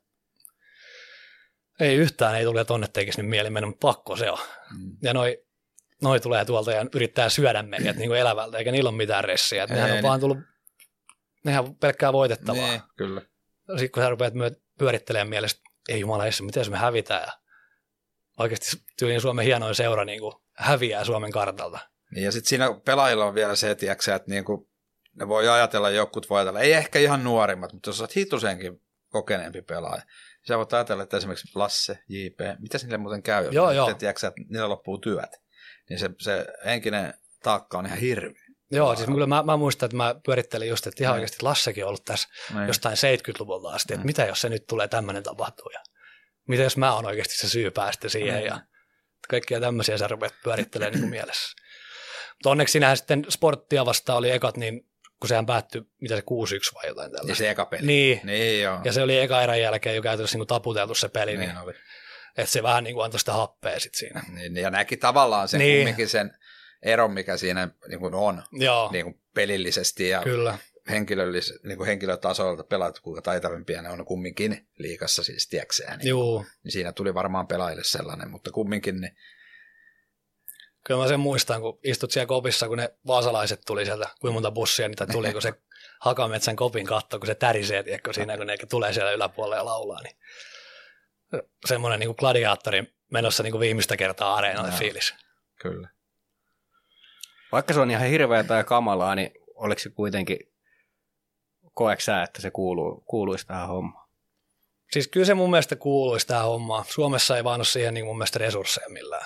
ei tule tonne tekisi nyt mieli mennä, mutta pakko se on. Ja noi tulee tuolta ja yrittää syödä meidät niin kuin elävältä, eikä niillä ole mitään ressiä. Nehän on vaan tullut, nehän on pelkkää voitettavaa. Nee, kyllä. Sitten kun sä rupeat pyörittelemään mielestä, ei jumalaissa, miten jos me hävitään ja oikeasti tyyliin Suomen hienoin seura niin kuin häviää Suomen kartalta. Niin ja sitten siinä pelaajilla on vielä se, että niin kuin ne voi ajatella, jokut voi ajatella, ei ehkä ihan nuorimmat, mutta jos olet hitusenkin kokeneempi pelaaja, sä voit ajatella, että esimerkiksi Lasse, JP, mitä niille muuten käy, jos tiedätkö, että niillä loppuu työt, niin se henkinen taakka on ihan hirveä. Joo, siis mä muistan, että mä pyörittelin just, että ihan oikeasti Lassekin on ollut tässä jostain 70-luvulta asti, että mitä jos se nyt tulee tämmöinen tapahtuu ja mitä jos mä oon oikeasti se syy päästä siihen ja kaikkia tämmöisiä sä rupeat pyörittelemään niin kuin mielessä. Mutta onneksi sinähän sitten Sporttia vastaan oli ekat, niin kun sehän päättyi, mitä se 6-1 vai jotain tällaista. Ja se eka peli. Niin joo. Ja se oli eka erän jälkeen jo käytännössä niin taputeltu se peli. Niin oli. Että se vähän niin kuin antoi sitä happea sitten siinä. Niin, ja näki tavallaan sen kumminkin sen eron, mikä siinä niin kuin on niin kuin pelillisesti ja Kyllä. Niin henkilötasolta pelaat, kuinka taitavimpia ne on kumminkin liigassa siis, tiedäkseen. Niin siinä tuli varmaan pelaajille sellainen, mutta kumminkin niin. Kyllä mä sen muistan, kun istut siellä kopissa, kun ne vaasalaiset tuli sieltä, kuinka monta bussia niitä tuli, kun se Hakametsän kopin katto, kun se tärisee, tiedätkö, siinä, kun ne tulee siellä yläpuolella ja laulaa, niin semmoinen niin kuin gladiaattorin menossa niin kuin viimeistä kertaa areenalle fiilis. Kyllä. Vaikka se on ihan hirveätä ja kamalaa, niin oliko se kuitenkin, koetko sä, että se kuuluisi tähän hommaan? Siis kyllä se mun mielestä kuuluisi tähän hommaan. Suomessa ei vaan ole siihen niin mun mielestä resursseja millään.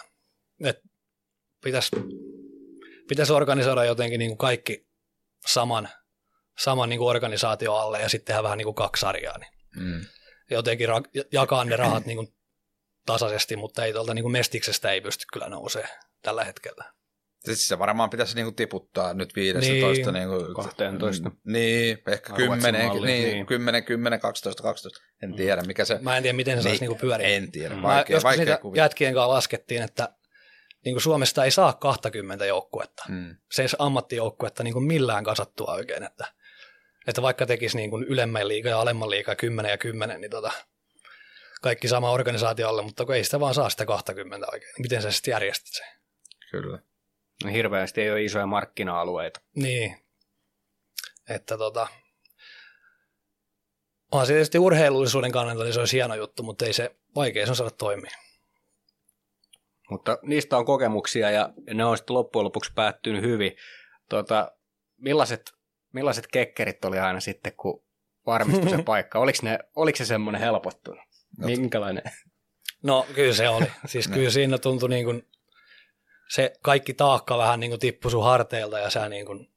Pitäisi organisoida jotenkin niin kuin kaikki saman niin kuin organisaatio alle ja sitten tehdä vähän niin kuin 2 sarjaa. Niin. Jotenkin jakaa ne rahat niin kuin tasaisesti, mutta ei tuolta niin kuin Mestiksestä ei pysty kyllä nousee tällä hetkellä. Siis se varmaan pitäisi niin kuin tiputtaa nyt 15 niin kuin 12. Niin, ehkä 10, 12. En tiedä, mikä se. Mä en tiedä, miten se saisi niin pyöriä. En tiedä, vaikea kuvitella. Jätkien kanssa laskettiin, että niin kuin Suomesta ei saa 20 joukkuetta. Se ei saa ammattijoukkuetta niin kuin millään kasattua oikein, että vaikka tekisi niin kuin ylemmän liiga ja alemman liiga 10 ja 10, niin kaikki sama organisaatio alle, mutta kun ei sitä vaan saa sitä 20 oikein, niin miten sä sitten järjestät sen? Kyllä. No hirveästi ei ole isoja markkina-alueita. Niin, että onhan se tietysti urheilullisuuden kannalta, niin se olisi hieno juttu, mutta ei se vaikea se on saada toimia. Mutta niistä on kokemuksia ja ne on sitten loppujen lopuksi päättynyt hyvin. Millaiset kekkerit oli aina sitten, kun varmistui se paikka? Oliko se semmoinen helpottunut? Minkälainen? No kyllä se oli. Siis kyllä siinä tuntui niin kuin se kaikki taakka vähän niin kuin tippui sun harteilta ja sä niin kuin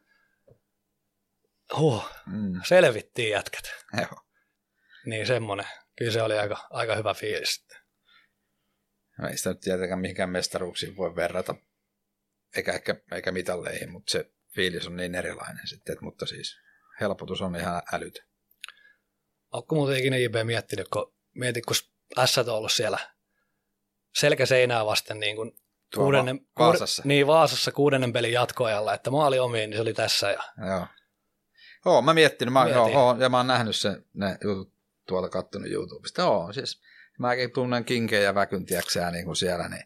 selvittiin jätkät. Joo. Niin semmoinen. Kyllä se oli aika hyvä fiilis. Ei sitä nyt tietenkään mihinkään mestaruuksiin voi verrata, eikä mitalleihin, mutta se fiilis on niin erilainen sitten, mutta siis helpotus on ihan älytön. Oletko muuten ikinä JB miettinyt, kun S on ollut siellä selkäseinää vasten niin kuin Vaasassa. Vaasassa 6. pelin jatkoajalla, että maali omiin, niin se oli tässä. Joo, mä miettinyt, ja mä oon nähnyt ne jutut tuolla kattonut YouTubesta. Joo, siis mäkin tunnen kinkejä ja väkyntiäksää niin kuin siellä, niin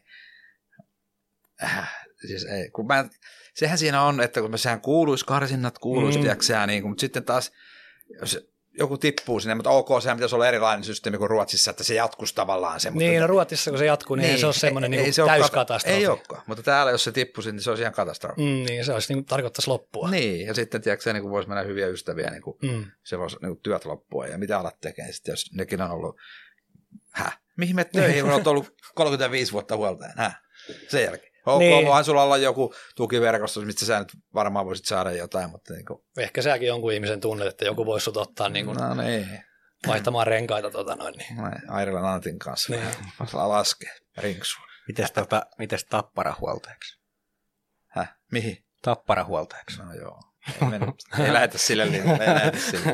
siis ei, sehän siinä on, että kun sehän karsinnat kuuluisi tiäksää, niin kuin, mutta sitten taas, jos joku tippuu sinne, mutta sehän pitäisi olla erilainen systeemi kuin Ruotsissa, että se jatkuisi tavallaan se. Niin, no Ruotsissa kun se jatkuu, niin ei se ole semmoinen niin täyskatastrofi. Ei olekaan, mutta täällä jos se tippuisi, niin se olisi ihan katastrofi. Niin, se olisi niin tarkoittaisi loppua. Niin, ja sitten tiedätkö, niin voisi mennä hyviä ystäviä, niin kuin, se voisi niin työt loppua, ja mitä alat tekemään sitten, jos nekin on ollut, mihin me töihin, on ollut 35 vuotta huoltajan, sen jälkeen. Voihan sulla olla joku tukiverkosto, mistä sä nyt varmaan voisit saada jotain, mutta niin kuin. Ehkä säkin jonkun ihmisen tunnet, että joku voisi sut ottaa niin kuin vaihtamaan renkaita niin. Airilan Antin kanssa. Niin. Laskee rinksuun. Mites Tappara-huoltajaksi? Mihin? Tappara-huoltajaksi. No joo. Ei lähetä sille linjalle.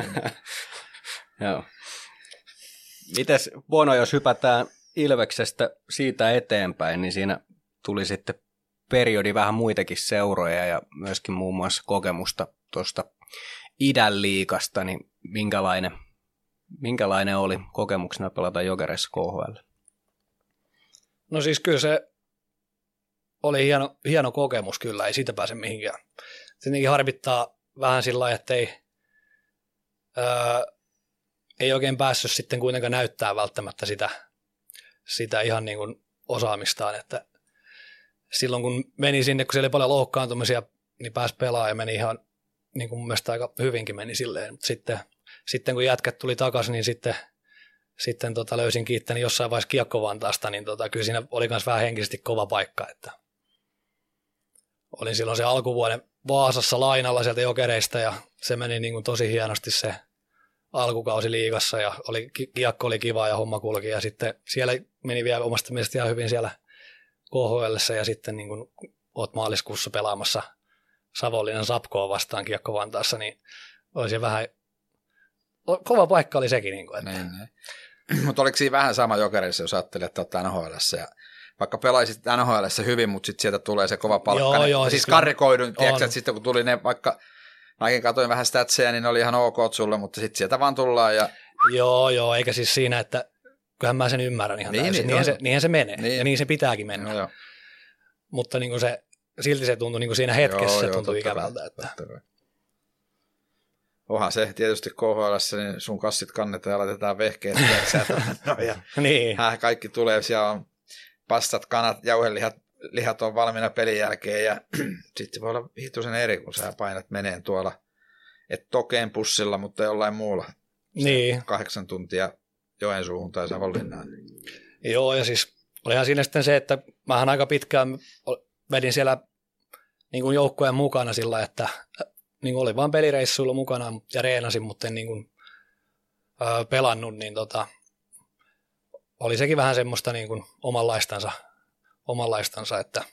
Joo. Mites Bono, jos hypätään Ilveksestä siitä eteenpäin, niin siinä tuli sitten periodi vähän muitakin seuroja ja myöskin muun muassa kokemusta tuosta idän liigasta, niin minkälainen oli kokemuksena pelata Jokereissa KHL? No siis kyllä se oli hieno kokemus kyllä, ei siitä pääse mihinkään. Tietenkin harmittaa vähän sillä lailla, että ei oikein päässyt sitten kuitenkaan näyttää välttämättä sitä ihan niin kuin osaamistaan, että silloin kun meni sinne, kun siellä oli paljon loukkaantumisia, niin pääsi pelaamaan ja meni ihan, niin kuin mun mielestä aika hyvinkin meni silleen. Mutta sitten kun jätkät tuli takaisin, niin sitten löysin kiittäni jossain vaiheessa Kiekko-Vantaasta, niin kyllä siinä oli myös vähän henkisesti kova paikka. Että olin silloin se alkuvuoden Vaasassa lainalla sieltä Jokereista ja se meni niin kuin tosi hienosti se alkukausi liigassa ja kiekko oli kiva ja homma kulki ja sitten siellä meni vielä omasta mielestä ihan hyvin siellä KHL:ssä ja sitten niin kun oot maaliskuussa pelaamassa Savonlinnan Sapkoa vastaan Kiekko Vantaassa, niin olisi vähän, kova paikka oli sekin. Niin kuin, että... Niin. Mutta oliko siinä vähän sama Jokerissa, jos ajattelee, että olet NHL:ssä ja vaikka pelaisit NHL:ssä hyvin, mutta sitten sieltä tulee se kova palkka. Joo, siis karrikoidun, tiedätkö, että sitten kun tuli ne vaikka, mäkin katsoin vähän statseja, niin ne oli ihan ok sulle, mutta sitten sieltä vaan tullaan. Ja... Joo, eikä siis siinä, että kyllähän mä sen ymmärrän ihan täysin. Niinhän se menee, ja niin se pitääkin mennä. Joo. Mutta niin kuin silti se tuntui niin kuin siinä hetkessä, se tuntui ikävältä. Että... Onhan se tietysti KHL:ssä, niin sun kassit kannetaan ja laitetaan vehkeet. Niin. Kaikki tulee, siellä on pastat, kanat, jauhelihat on valmiina pelin jälkeen ja sitten se voi olla hitusen eri, kun sä painat meneen tuolla, et Tokeen pussilla, mutta jollain muulla. Niin. 8 tuntia Joensuuhun tai Savonlinnaan. Joo, ja siis olihan siinä sitten se, että mähän aika pitkään vedin siellä niin kuin joukkojen mukana sillä, että niin kuin olin vaan pelireissuilla mukana ja reenasin, mutta en niin kuin, pelannut, niin oli sekin vähän semmoista niin kuin omanlaistansa, että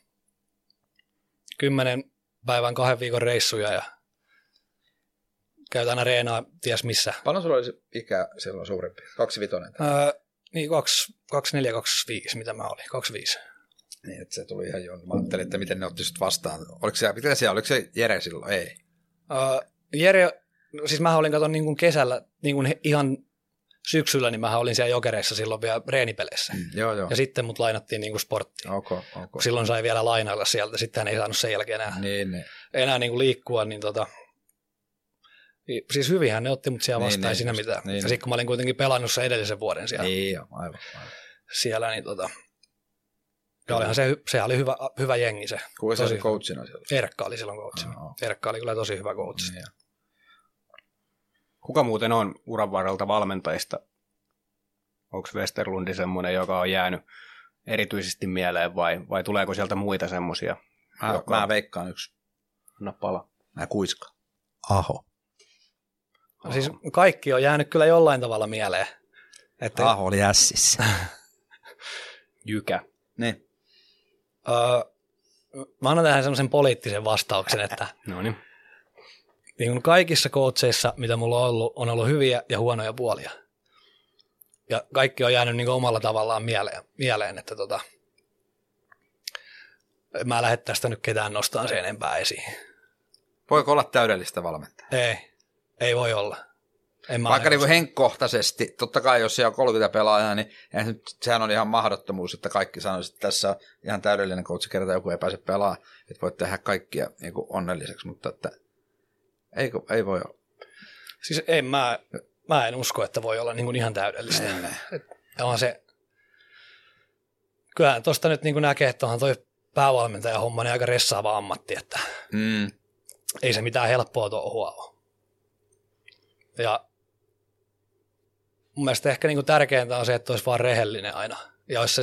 10 päivän 2 viikon reissuja ja käyt aina reenaa ties missä. Paljon sulla oli se ikä silloin suurempi? 25? Niin 24, 25, mitä mä olin, 25. Niin, että se tuli ihan jo. Mä ajattelin, että miten ne otti sut vastaan. Oliko se Jere silloin? Ei. Jere, siis mä olin katon niin kuin kesällä, niin kuin ihan syksyllä, niin mä olin siellä Jokereissa silloin vielä reenipeleissä. Joo. Ja sitten mut lainattiin niin kuin sporttiin. Okay. Silloin sai vielä lainailla sieltä, sitten hän ei saanut sen jälkeen enää niin kuin liikkua, niin siis hyvinhän ne otti mut siellä vastaan, ei siinä mitään. Ja sitten kun mä olin kuitenkin pelannut sen edellisen vuoden siellä. Niin joo, aivan. Siellä, niin ja olihan se oli hyvä jengi se. Kuka se oli coachina siellä? Erkka oli silloin coachina. Erkka oli kyllä tosi hyvä coach. Niin. Kuka muuten on uran varrelta valmentajista? Onko Westerlundi semmoinen, joka on jäänyt erityisesti mieleen vai tuleeko sieltä muita semmoisia? Mä veikkaan yksi. Anna pala. Mä Kuiska. Aho. No siis kaikki on jäänyt kyllä jollain tavalla mieleen. Että... Aho oli ässissä. Jykä. Niin. Mä annan tähän semmoisen poliittisen vastauksen, että Noniin. Niin kuin kaikissa coacheissa, mitä mulla on ollut hyviä ja huonoja puolia. Ja kaikki on jäänyt niin kuin omalla tavallaan mieleen että mä lähde tästä nyt ketään nostamaan sen enempää esiin. Voiko olla täydellistä valmentajaa? Ei voi olla. Vaikka niin kuin henkkohtaisesti, totta kai jos siellä on 30 pelaajaa, niin sehän on ihan mahdottomuus, että kaikki sanoisivat, että tässä on ihan täydellinen coach, kerta joku ei pääse pelaamaan, että voit tehdä kaikkia niin kuin onnelliseksi, mutta että ei voi olla. Siis mä en usko, että voi olla niin kuin ihan täydellistä. Ja on se, kyllähän tuosta nyt niin kuin näkee, että onhan toi päävalmentaja homma niin aika ressaava ammatti, että ei se mitään helppoa touhua ole. Ja mun mielestä ehkä niin kuin tärkeintä on se, että olisi vaan rehellinen aina. Ja olisi se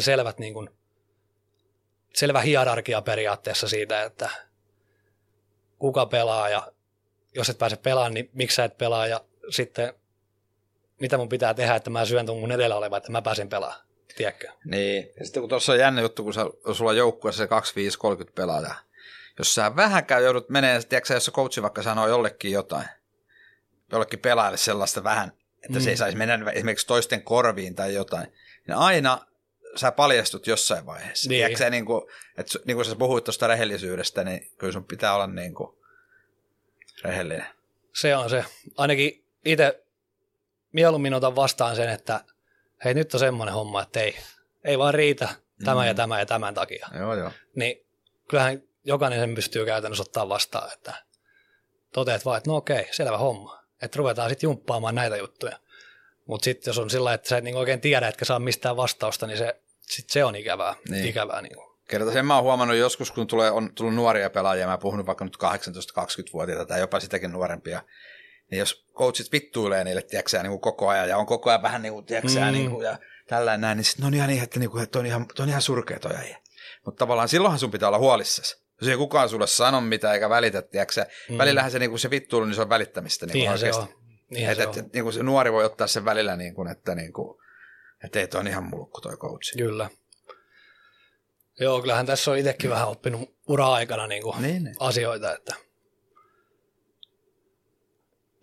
selvä hierarkia periaatteessa siitä, että kuka pelaa ja jos et pääse pelaamaan, niin miksi sä et pelaa ja sitten mitä mun pitää tehdä, että mä syön tuon mun edellä oleva, että mä pääsen pelaamaan. Tiedätkö? Niin. Ja sitten kun tuossa on jännä juttu, kun sulla on joukkueessa se 25-30 pelaajaa. Jos sä vähänkään joudut menee, tiedätkö jos se coachi vaikka sanoo jollekin pelaajalle sellaista vähän, että se ei saisi mennä esimerkiksi toisten korviin tai jotain, niin aina sä paljastut jossain vaiheessa. Niin. Tiedätkö, niin kuin sä puhuit tuosta rehellisyydestä, niin kyllä sun pitää olla niin kuin rehellinen. Se on se. Ainakin itse mieluummin otan vastaan sen, että hei nyt on semmoinen homma, että ei vaan riitä tämä ja tämä ja tämän takia. Joo. Niin kyllähän jokainen sen pystyy käytännössä ottaa vastaan, että toteat vaan, että no okei, selvä homma. Että ruvetaan sitten jumppaamaan näitä juttuja. Mutta sitten jos on sillä että sä et niinku oikein tiedä, etkä saa mistään vastausta, niin se on ikävää. Niin. Ikävää niinku. Kerta sen mä oon huomannut joskus, kun on tullut nuoria pelaajia, mä oon puhunut vaikka nyt 18-20-vuotiaita tai jopa sitäkin nuorempia, niin jos coachit vittuilee niille, tiedätkö niin koko ajan, ja on koko ajan vähän niin kuin, tiedätkö niin kuin, ja tällainen näin, niin sitten ne on ihan niin, että on ihan surkea toi äijä. Mutta tavallaan silloinhan sun pitää olla huolissasi. Jos ei kukaan sulle sano mitään eikä välitä, tiedätkö välillähän se, niin kuin se vittuilu, niin se on välittämistä. Niin oikeasti. Niin kuin se nuori voi ottaa sen välillä, niin kuin, että ei toi on ihan mulkku toi coach. Kyllä. Joo, kyllähän tässä on itsekin vähän oppinut ura-aikana niin. Asioita, että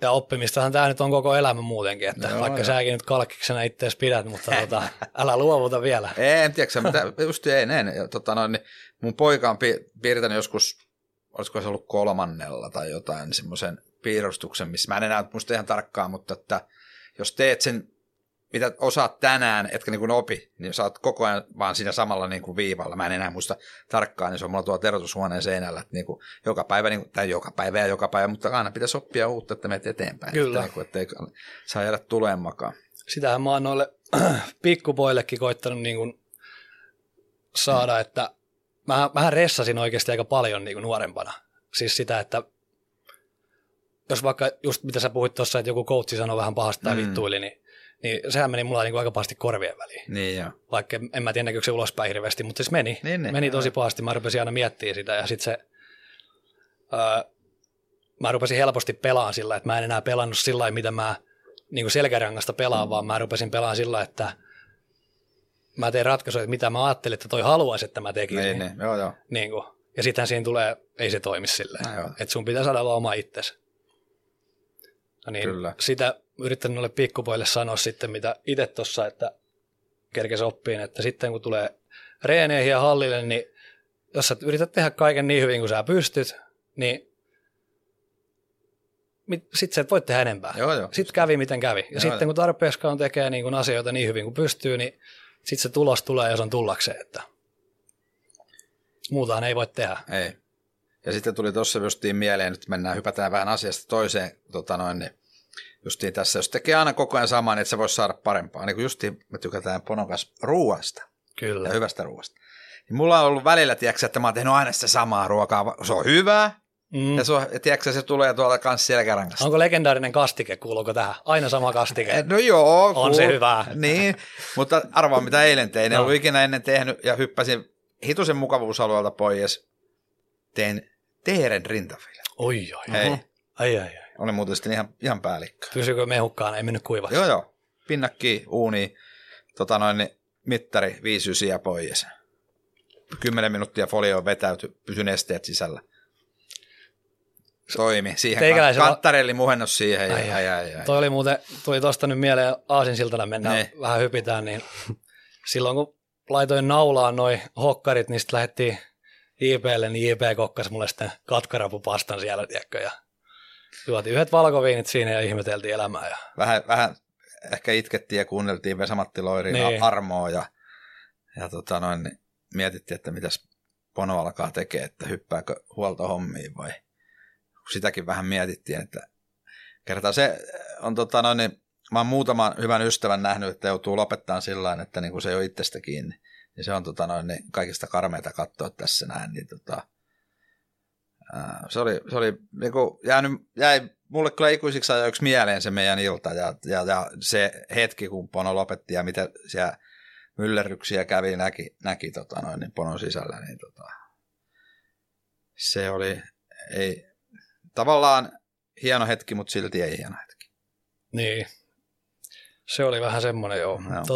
Ja oppimistahan tämä nyt on koko elämä muutenkin, että vaikka säkin nyt kalkkiksena itseäsi pidät, mutta älä luovuta vielä. En tiedä, mitä just en. Niin mun poika on piirtänyt joskus, olisiko se ollut 3. tai jotain, semmoisen piirustuksen, missä mä en enää muista ihan tarkkaan, mutta että jos teet sen, mitä osaat tänään, etkä niin kuin opi, niin sä oot koko ajan vaan siinä samalla niin kuin viivalla. Mä en enää muista tarkkaan, niin se on mulla tuolla teroitushuoneen seinällä, että niin kuin joka päivä, mutta aina pitäisi oppia uutta, että menet eteenpäin. Kyllä. Että ei saa jäädä tuleen makaan. Sitähän mä oon noille pikkupoillekin koittanut niin kuin saada, että mähän ressasin oikeasti aika paljon niin kuin nuorempana. Siis sitä, että jos vaikka just mitä sä puhuit tuossa, että joku coachi sanoi vähän pahasta tai vittuili, niin sehän meni mulla niin kuin aika pahasti korvien väliin. Niin joo. Vaikka en mä tiedä näkyykö se ulospäin hirveästi, mutta siis meni tosi pahasti. Mä rupesin aina miettimään sitä ja sitten mä rupesin helposti pelaamaan sillä, että mä en enää pelannut sillä lailla, mitä mä niin kuin selkärangasta pelaan, vaan mä rupesin pelaamaan sillä, että mä teen ratkaisuja, että mitä mä ajattelin, että toi haluaisi, että mä tekisin. Joo. Niin kuin. Ja sittenhän siinä tulee, ei se toimi silleen, että sun pitää saada vaan oma itsesi. No niin, kyllä. Sitä yrittänyt noille pikkupoille sanoa sitten, mitä itse tuossa, että kerkesi oppiin, että sitten kun tulee reeneihin ja hallille, niin jos sä yrität tehdä kaiken niin hyvin kuin sä pystyt, niin sitten sä et voi tehdä enempää. Joo. Sitten kävi miten kävi. Ja sitten kun tarpeeskaan tekee niin kun asioita niin hyvin kuin pystyy, niin sitten se tulos tulee, jos on tullakseen, että muutahan ei voi tehdä. Ei. Ja sitten tuli tuossa justiin mieleen, nyt hypätään vähän asiasta toiseen, niin justiin tässä, jos tekee aina koko ajan samaa, niin että se voisi saada parempaa. Niin kuin justiin me tykätään Ponokas ruuasta. Kyllä. Ja hyvästä ruuasta. Niin mulla on ollut välillä, tiedätkö, että mä oon tehnyt aina sitä samaa ruokaa. Se on hyvää. Ja tiedätkö, se tulee tuolta kanssa selkärangasta. Onko legendaarinen kastike, kuuluuko tähän? Aina sama kastike. No joo. On se hyvää. Niin, mutta arvaa mitä eilen tein. En ollut ikinä ennen tehnyt ja hyppäsin hitusen mukavuusalueelta pois. Tein teeren rintafilet. Oi. Hei. Ai. Oli muuten sitten ihan päällikkö. Pysyykö mehukkaan? Ei mennyt kuivaksi. Joo. Pinnakki, uuni, mittari 5,9 ja pois. 10 minuuttia folioon vetäytyi, pysyn esteet sisällä. Toimi. Siihen kanttarelli muhennus siihen. Ai. Toi oli muuten, tuli tosta nyt mieleen aasinsiltana mennään vähän hypitään, niin silloin kun laitoin naulaan noi hokkarit, niin sitten lähdettiin JP:lle, niin JP kokkasi mulle sitten katkarapupastan siellä, tiedätkö, ja juotiin yhdet valkoviinit siinä ja ihmeteltiin elämää. Ja vähän ehkä itkettiin ja kuunneltiin Vesa-Matti Loirin armoa ja niin mietittiin, että mitäs Pono alkaa tekemään, että hyppääkö huoltohommiin vai sitäkin vähän mietittiin, että kertaa se on niin mä oon muutaman hyvän ystävän nähnyt, että joutuu lopettamaan sillain, että niin kuin se ei ole itsestä kiinni, niin se on niin kaikista karmeita katsoa tässä näin, niin se oli niin kuin jäi mulle kyllä ikuisiksi ajoiksi mieleen se meidän ilta ja se hetki, kun Pono lopetti ja mitä siellä myllerryksiä kävi, näki niin Ponon sisällä, niin se oli tavallaan hieno hetki, mutta silti ei hieno hetki. Niin, se oli vähän semmoinen joo.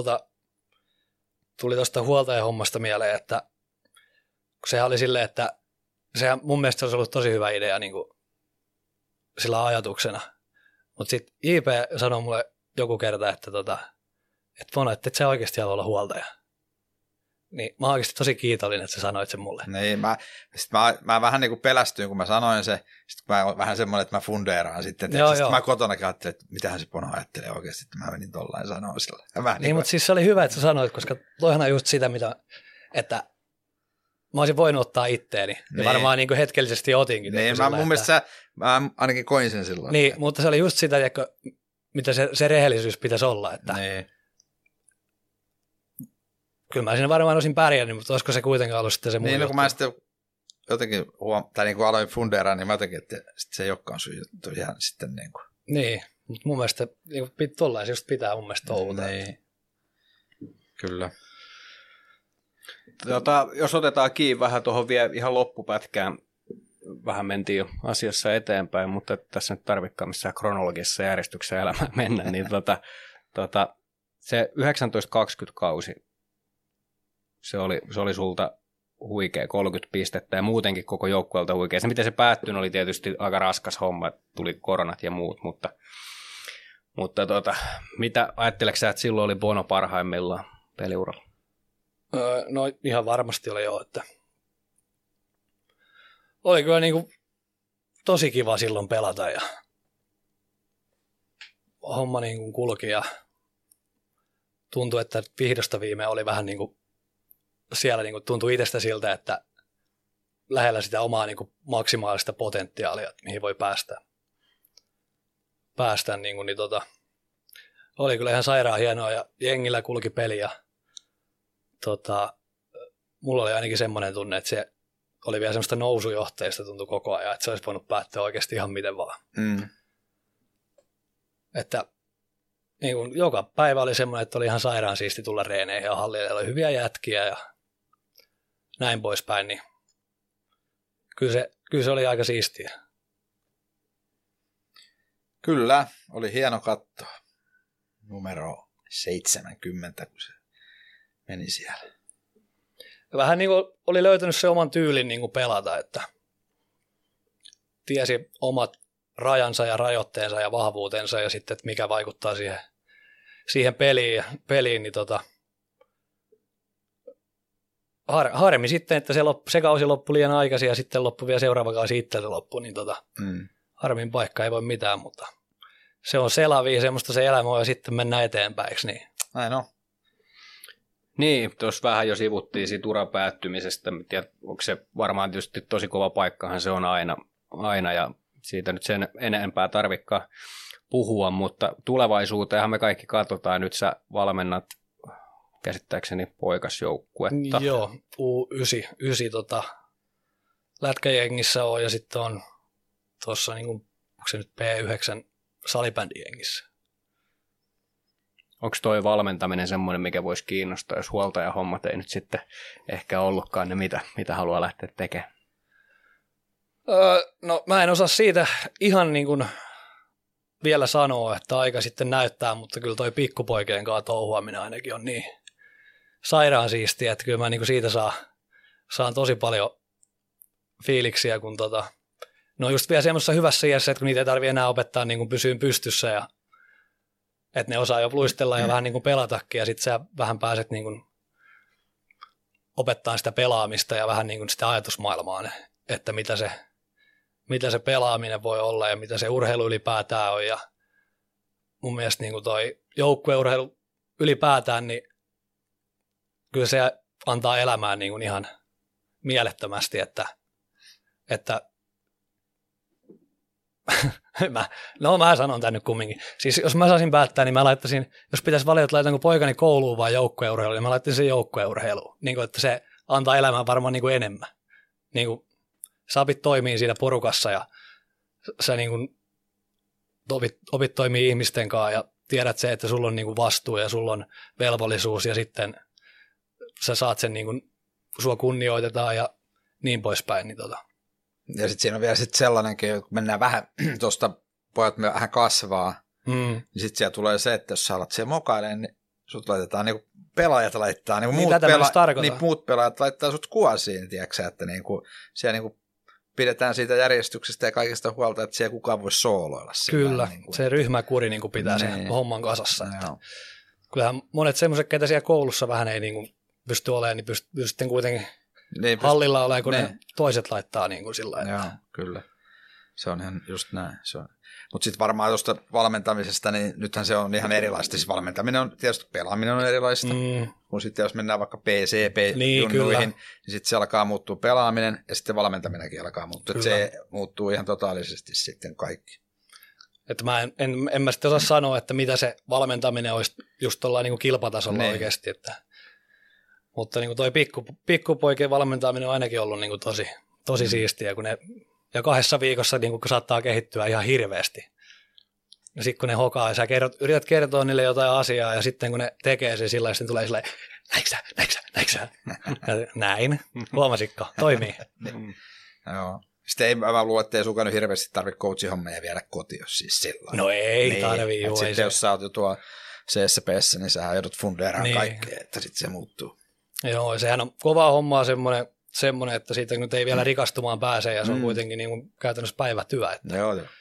Tuli tuosta huoltajahommasta mieleen, että sehän oli silleen, että sehän mun mielestä se olisi ollut tosi hyvä idea niin kuin sillä ajatuksena. Mutta sitten JP sanoi mulle joku kerta, että Pono, että et sä oikeasti halua olla huoltaja. Niin mä oon oikeasti tosi kiitollinen, että sä sanoit sen mulle. Niin, mä vähän niin kuin pelästyin, kun mä sanoin se. Sitten mä vähän semmoinen, että mä fundeeraan sitten. Sitten mä kotonakin ajattelin, että mitähän se Pono ajattelee oikeasti, että mä menin tollain sanoa sillä. Niin, mutta siis se oli hyvä, että sä sanoit, koska toihan on just sitä, että mä olisin voinut ottaa itteeni. Ja varmaan niin kuin hetkellisesti otinkin. Niin, mun mielestä mä ainakin koin sen silloin. Niin, mutta se oli just sitä, mitä se rehellisyys pitäisi olla. Että niin. Kyllä mä siinä varmaan olisin pärjännyt, mutta olisiko se kuitenkaan ollut sitten se muu niin, juttu? Kun mä sitten jotenkin niin kuin aloin fundeeraan, niin mä jotenkin, että se ei olekaan sun juttu ihan sitten niin kuin. Niin, mutta mun mielestä tollaisi just pitää mun mielestä touhuta. Niin. Kyllä. Jos otetaan kiinni vähän tuohon vielä ihan loppupätkään, vähän mentiin jo asiassa eteenpäin, mutta tässä nyt tarvikaan missään kronologisessa järjestyksessä elämään mennä, niin se 1920 kausi, se oli sulta huikea 30 pistettä ja muutenkin koko joukkueelta huikea. Se, miten se päättyi, oli tietysti aika raskas homma, tuli koronat ja muut, mutta mitä ajatteleksä sä, että silloin oli Bono parhaimmillaan peliuralla? No ihan varmasti oli jo, että oli kyllä niinku tosi kiva silloin pelata ja homma niinku kulki ja tuntui, että vihdosta viimein oli vähän niinku siellä niinku tuntui itsestä siltä, että lähellä sitä omaa niinku maksimaalista potentiaalia, mihin voi päästä niinku, niin oli kyllä ihan sairaan hienoa ja jengillä kulki peli ja mulla oli ainakin semmoinen tunne, että se oli vielä semmoista nousujohteista tuntui koko ajan, että se olisi voinut päättää oikeasti ihan miten vaan. Että niin kuin joka päivä oli semmoinen, että oli ihan sairaan siisti tulla reeneihin ja hallille oli hyviä jätkiä ja näin poispäin, niin kyllä se oli aika siistiä. Kyllä, oli hieno katsoa. Numero 70, kun se meni siellä. Vähän niin kuin oli löytänyt se oman tyylin niin kuin pelata, että tiesi omat rajansa ja rajoitteensa ja vahvuutensa ja sitten, että mikä vaikuttaa siihen peliin niin harmi sitten, että se kausi loppui liian aikaisin ja sitten loppui vielä seuraava kausi itseltä loppu, niin harmin paikka ei voi mitään, mutta se on selavia, semmoista se elämä on ja sitten mennään eteenpäin, niin. Näin on. Niin, tuossa vähän jo sivuttiin siitä uran päättymisestä, tiedä, onko se varmaan tietysti tosi kova paikkahan se on aina ja siitä nyt sen enempää tarvikaan puhua, mutta tulevaisuuteenhan me kaikki katsotaan, nyt sä valmennat käsittääkseni poikasjoukkuetta. Joo, U9 lätkäjengissä on ja sitten on tuossa, niin kuin, onko se nyt P9 salibändijengissä. Onko toi valmentaminen semmoinen, mikä voisi kiinnostaa, jos huoltajahommat ei nyt sitten ehkä ollutkaan ne, mitä haluaa lähteä tekemään? No mä en osaa siitä ihan niin kuin vielä sanoa, että aika sitten näyttää, mutta kyllä toi pikkupoikien kanssa touhuaminen ainakin on niin sairaan siistiä, että kyllä mä niin kuin siitä saan tosi paljon fiiliksiä, kun no just vielä semmoisessa hyvässä iässä, että kun niitä ei tarvitse enää opettaa niin kuin pysyyn pystyssä ja että ne osaa jo luistella ja vähän niin kuin pelatakin ja sitten sä vähän pääset niin kuin opettaa sitä pelaamista ja vähän niin kuin sitä ajatusmaailmaa, että mitä se pelaaminen voi olla ja mitä se urheilu ylipäätään on ja mun mielestä niin kuin toi joukkueurheilu ylipäätään, niin kyllä se antaa elämään niin kuin ihan mielettömästi, että mä sanon tän nyt kumminkin. Siis jos mä saisin päättää, niin mä laittaisin, jos pitäisi valita, että laitanko poikani kouluun vai joukkueurheiluun, niin mä laittaisin sen joukkueurheiluun. Niin kuin, että se antaa elämään varmaan niin kuin enemmän. Niin kuin sapit toimii siinä porukassa ja sä niin kuin opit toimii ihmisten kanssa ja tiedät se, että sulla on niin kuin vastuu ja sulla on velvollisuus ja sitten sä saat sen, niin kuin, sua kunnioitetaan ja niin poispäin. Niin Ja sitten siinä on vielä sellainenkin, kun mennään vähän tuosta, pojat vähän kasvaa, niin sitten siellä tulee se, että jos sä alat siellä mokailemaan, niin sut laitetaan, niin pelaajat laittaa, niin muut pelaajat laittaa sut kuosiin, tiedätkö, että niin kuin, siellä niin kuin pidetään siitä järjestyksestä ja kaikesta huolta, että siellä kukaan voi sooloilla. Kyllä, niin kuin, se ryhmäkuri niin kuin pitää sen homman kasassa. Että kyllähän monet semmoiset, ketä siellä koulussa vähän ei niin kuin pysty olemaan, niin pystyy sitten kuitenkin hallilla olemaan, kun ne toiset laittaa niin kuin sillä lailla. Joo, kyllä. Se on ihan just näin. Mutta sitten varmaan tuosta valmentamisesta, niin nythän se on ihan erilaista. Siis valmentaminen on tietysti, pelaaminen on erilaista. Kun sitten jos mennään vaikka PCP-junnuihin, niin sitten se alkaa muuttua pelaaminen ja sitten valmentaminenkin alkaa muuttua. Se muuttuu ihan totaalisesti sitten kaikki. Että mä en mä sitten osaa sanoa, että mitä se valmentaminen olisi just tuolla niin kuin kilpatasolla oikeasti. Mutta niin kuin toi pikkupoikien valmentaminen on ainakin ollut niin kuin tosi siistiä, kun ne ja 2 viikossa niin kuin saattaa kehittyä ihan hirveästi. Ja sitten kun ne hokaa ja sä yrität kertoa niille jotain asiaa ja sitten kun ne tekee sen sillä sitten tulee silleen, näinkö sä? Näin, huomasitko? Toimii. Joo. Sitten mä luulen, että ei sunkaan nyt hirveästi tarvitse coachihommeja viedä kotiin, jos siis sillä. No ei tarvii. Sitten jos sä oot jo tuo CSP:ssä, niin sä joudut fundeeraan kaikkea, että sitten se muuttuu. Joo, sehän on kovaa hommaa semmoinen semmoinen, että siitä nyt ei vielä rikastumaan pääse ja se on kuitenkin niin kuin käytännössä päivätyö. Että, Joo. että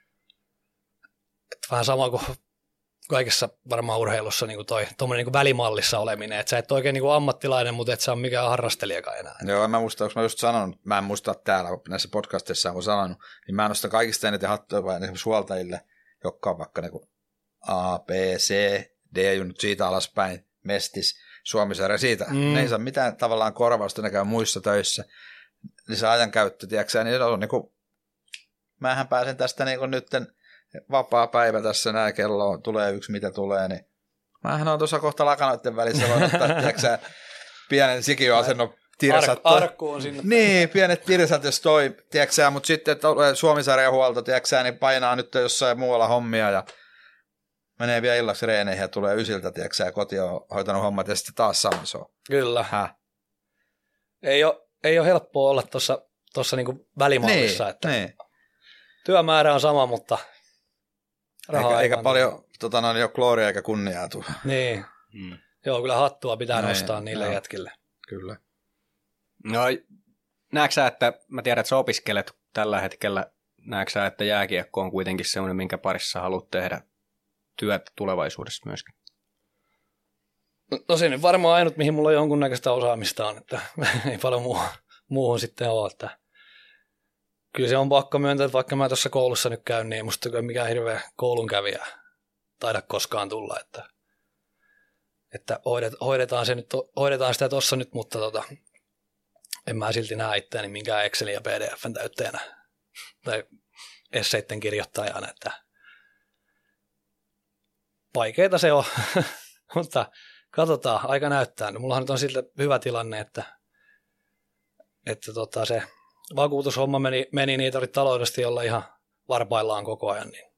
vähän sama kuin kaikessa varmaan urheilussa niin kuin tuommoinen niin kuin välimallissa oleminen, että sä et oikein niin kuin ammattilainen, mutta et sä ole mikään harrastelijakaan enää. Joo, mä muistan, onko mä just sanonut, mä en muista täällä näissä podcasteissa on sanonut, niin mä nostan kaikista eniten hattua vain esimerkiksi huoltajille, jotka on vaikka niin kuin A, B, C, D, junnut siitä alaspäin, Mestis, Suomisarja siitä. Ne ei saa mitään tavallaan korvausta, ne käy muissa töissä. Niin se ajankäyttö, tiedätkö, niin on niin kuin, mähän pääsen tästä niin kuin nytten vapaa päivä tässä, näin kello tulee yksi, mitä tulee, niin mähän on tuossa kohta lakanoiden välissä, voin ottaa, tiedätkö, pienen sikioasennon tirsat. Arkkuun sinne. Niin, pienet tirsat, jos toi, tiedätkö, mutta sitten Suomisarjan huolto, tiedätkö, niin painaa nyt jossain muualla hommia ja menee vielä illaksi reeneihin ja tulee ysiltä, tiedätkö, ja koti on hoitanut hommat ja sitten taas samsoo. Kyllä. Ei ole helppoa olla tuossa niinku välimallissa, että työmäärä on sama, mutta rahaa eikä paljon jo glooria eikä kunniaa tule. Niin. Joo, kyllä hattua pitää nostaa niille jätkille. Kyllä. No, näetkö sä, että mä tiedän, että sä opiskelet tällä hetkellä, näetkö sä, että jääkiekko on kuitenkin semmoinen, minkä parissa haluat tehdä työtä tulevaisuudessa myöskin? No se nyt varmaan ainut, mihin mulla jonkunnäköistä osaamista on, että ei paljon muuhun sitten ole, että kyllä se on pakko myöntää, että vaikka mä tuossa koulussa nyt käyn, niin ei musta kyllä mikään hirveä koulunkävijä taida koskaan tulla, että hoidetaan sitä tuossa nyt, mutta en mä silti näe itseäni minkään Excelin ja PDFn täytteenä tai esseitten kirjoittajana, että vaikeita se on, mutta katsotaan, aika näyttää. No, mullahan nyt on siltä hyvä tilanne, että se vakuutushomma meni niitä oli taloudellisesti olla ihan varpaillaan koko ajan, niin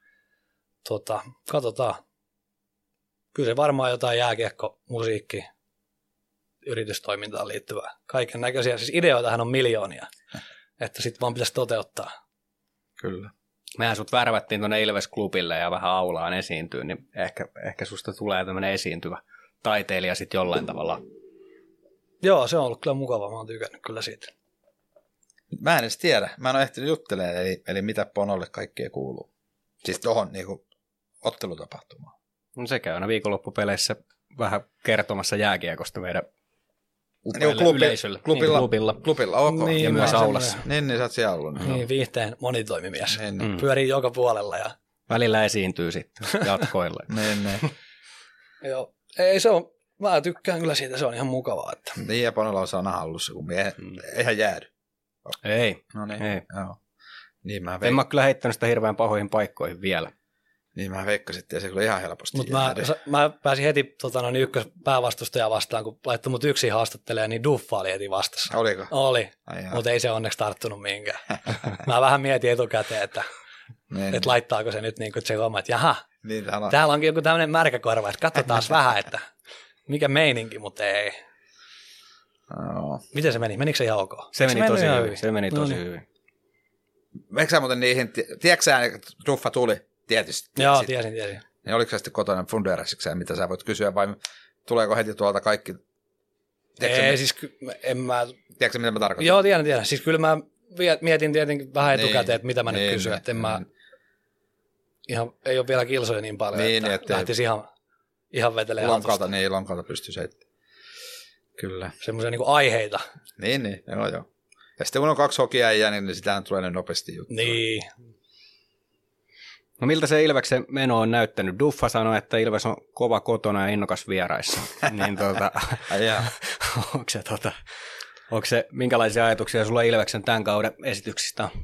katsotaan. Kyllä se varmaan jotain jääkiekko, musiikki, yritystoimintaan liittyvää. Kaiken näköisiä, siis ideoitahan on miljoonia, että sitten vaan pitäisi toteuttaa. Kyllä. Mehän sut värvättiin tuonne Ilves-klubille ja vähän aulaan esiintyy, niin ehkä susta tulee tämmöinen esiintyvä taiteilija sitten jollain tavalla. Joo, se on ollut kyllä mukava, mä oon tykännyt kyllä siitä. Mä en edes tiedä, mä en ole ehtinyt juttelemaan, eli mitä Ponolle kaikkea kuuluu. Siis tohon niinku ottelutapahtumaan. No se käy aina viikonloppupeleissä vähän kertomassa jääkiekosta meidän yleisölle. Klubilla, ok. Niin, ja myös aulassa. Niin, sä oot siellä ollut. Niin, viihteen monitoimimies. Pyörii joka puolella. Ja välillä esiintyy sitten jatkoilla. niin. Joo, ei se on, mä tykkään kyllä siitä, se on ihan mukavaa. Että. Niin, ja Ponolla on sauna hallussa, kun eihän jäädy. Ei. No niin, ei. Joo. Niin, en mä kyllä heittänyt sitä hirveän pahoihin paikkoihin vielä. Niin mä veikkasin, että se kyllä ihan helposti. Mutta mä pääsin heti ykköspäävastustaja vastaan, kun laittoi mut yksin haastattelemaan, niin Duffa oli heti vastassa. Oliko? Oli, mutta ei se onneksi tarttunut mihinkään. Mä vähän mietin etukäteen, että laittaako se nyt niin kuin se homma, että jaha, niin, täällä onkin joku tämmöinen märkäkorva, että katsotaan vähän, että mikä meininki, mutta ei. No. Miten se meni? Menikö se ihan ok? Se meni tosi hyvin. Eikö sä muuten niihin, tiedätkö sä, että Duffa tuli? Tietysti. Joo, tiesin. Niin oliko sä sitten kotona fundeerassikseen, mitä sä voit kysyä, vai tuleeko heti tuolta kaikki? Ei, siis en mä... Tiedätkö mitä mä tarkoitan? Joo, tiedän. Siis kyllä mä mietin tietenkin vähän etukäteen, että mitä mä nyt kysyn, että en mä... Ihan, ei ole vielä kilsoja niin paljon, että lähtisi ihan vetelemään hantusta. Lonkalta pystyisi heittämään. Kyllä. Semmoisia niin aiheita. Niin, joo. Ja sitten kun on 2 hokiäijää, niin sitähän tulee ne nopeasti juttua. Niin. No miltä se Ilveksen meno on näyttänyt? Duffa sanoi, että Ilves on kova kotona ja innokas vieraissa. Niin onko se, minkälaisia ajatuksia sulla Ilveksen tämän kauden esityksistä on?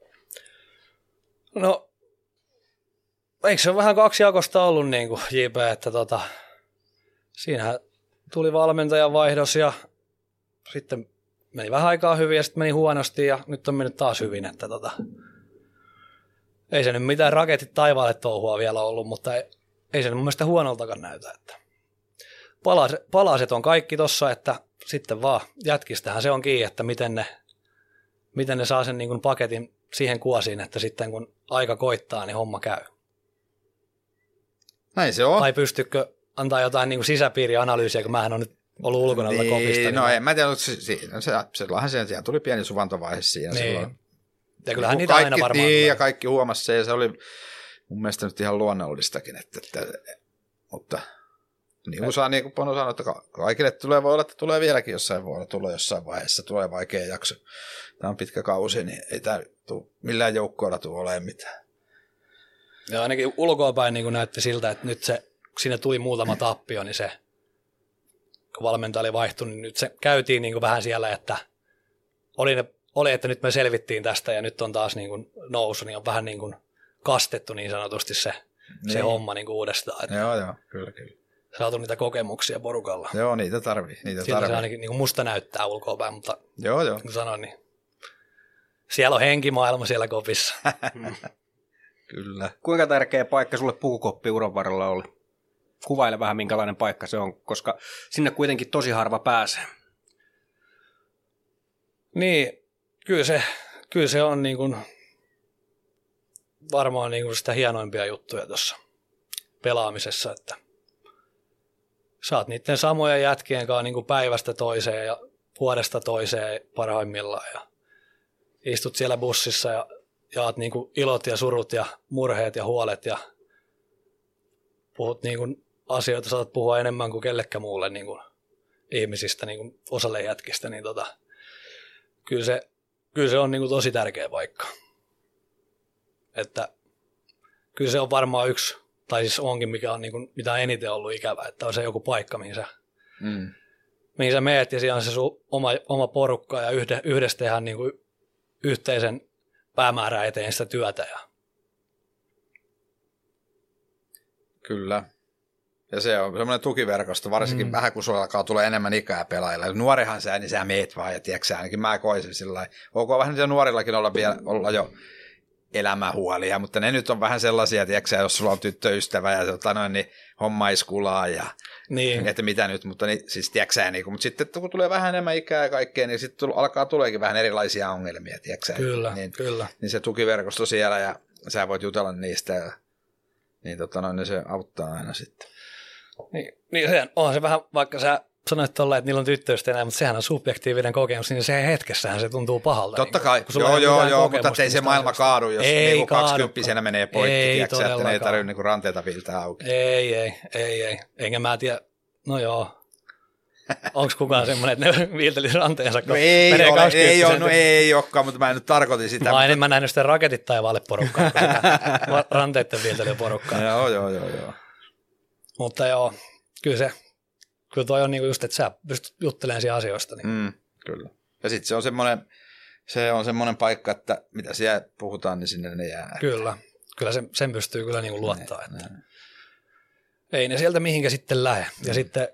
No, eikö se ole vähän kaksijakosta ollut niin kuin JP, että siinähän tuli valmentajan vaihdos ja sitten meni vähän aikaa hyvin ja sitten meni huonosti ja nyt on mennyt taas hyvin, että ei se nyt mitään raketit taivaalle touhua vielä ollut, mutta ei se mun mielestä huonoltakaan näytä. Että palaset on kaikki tossa, että sitten vaan jätkistähän se on kiinni, että miten ne saa sen niin kuin paketin siihen kuosiin, että sitten kun aika koittaa, niin homma käy. Näin se on. Tai pystykö antaa jotain niin kuin sisäpiirianalyysiä, kun mähän on nyt ollut ulkona niin, kopista. No en mä tiedä, silloinhan siellä tuli pieni suvantovaihe siinä. Niin. Silloin. Ja kyllähän niitä aina varmaan niin, tulee. Ja kaikki huomasi se, ja se oli mun mielestä nyt ihan luonnollistakin. Mutta niin kuin saa, niin kuin Pono sanoi, että kaikille voi olla, että tulee vieläkin jossain vaiheessa, tulee vaikea jakso. Tämä on pitkä kausi, niin ei tämä millään joukkoilla tule olemaan mitään. Ja ainakin ulkoapäin niin näytti siltä, että nyt siinä tuli muutama tappio, niin se, kun valmentaja oli vaihtunut, niin nyt se käytiin niin vähän siellä, että oli, että nyt me selvittiin tästä ja nyt on taas niin kuin nousu, niin on vähän niin kuin kastettu niin sanotusti se homma niin kuin uudestaan. Että joo, kyllä. Saatu niitä kokemuksia porukalla. Joo, niitä tarvii. Se ainakin niin kuin musta näyttää ulkoapäin, mutta joo. Niin kuin sanoin, niin siellä on henkimaailma siellä kopissa. Kyllä. Kuinka tärkeä paikka sulle pukukoppi uran varrella oli? Kuvaile vähän, minkälainen paikka se on, koska sinne kuitenkin tosi harva pääsee. Niin, kyllä se on niin kuin varmaan niin kuin sitä hienoimpia juttuja tuossa pelaamisessa, että saat niiden samojen jätkien kanssa niin kuin päivästä toiseen ja vuodesta toiseen parhaimmillaan ja istut siellä bussissa ja jaat niin kuin ilot ja surut ja murheet ja huolet ja puhut niin kuin asioita, saatat puhua enemmän kuin kellekään muulle niin kuin ihmisistä, niin kuin osalle jätkistä, niin kyllä se on niin kuin tosi tärkeä paikka. Että kyllä se on varmaan yksi, tai siis onkin mikä on niin kuin, mitä on eniten ollut ikävä, että on se joku paikka, mihin sä meet ja siellä on se sun oma porukka ja yhdessä tehdään niin kuin yhteisen päämäärän eteen sitä työtä. Kyllä. Ja se on semmoinen tukiverkosto, varsinkin vähän kun sulla alkaa tulla enemmän ikää pelaajilla. Nuorihan sä, niin sä meet vaan ja tiedätkö ainakin mä koisin sillä lailla. Ok, vähän niitä nuorillakin olla jo elämähuolia, mutta ne nyt on vähän sellaisia, tiedätkö jos sulla on tyttöystävä ja niin hommaiskulaa ja niin. Että mitä nyt, mutta niin, siis tiedätkö niin, mutta sitten kun tulee vähän enemmän ikää ja kaikkea, niin sitten alkaa tuleekin vähän erilaisia ongelmia, tiedätkö Kyllä. Niin se tukiverkosto siellä ja sä voit jutella niistä ja niin, niin se auttaa aina sitten. Niin onhan se vähän, vaikka sä sanoit tolleen, että niillä on tyttöystävä, mutta sehän on subjektiivinen kokemus, niin se hetkessähän se tuntuu pahalta. Totta kai, joo, mutta ei se maailma kaadu, jos niin 20 menee poikki, tiedätkö, että ne ei tarvitse niin ranteita viiltää auki. Ei, enkä mä tiedä, no joo. Onko kukaan semmoinen, että ne viiltelisi ranteensa, kun menee 20 ei olekaan, mutta mä en nyt tarkoitin sitä. Mä oon enemmän nähnyt sitä raketit taivaalle porukkaa, kuin sitä ranteiden viiltelyporukkaa. Joo. Mutta joo, kyllä toi on niinku just, että sä pystyt juttelemaan siinä asioista. Niin. Kyllä. Ja sitten se on semmoinen paikka, että mitä siellä puhutaan, niin sinne ne jää. Kyllä sen pystyy kyllä niinku luottaa. Että ei ne sieltä mihinkä sitten lähde. Ja sitten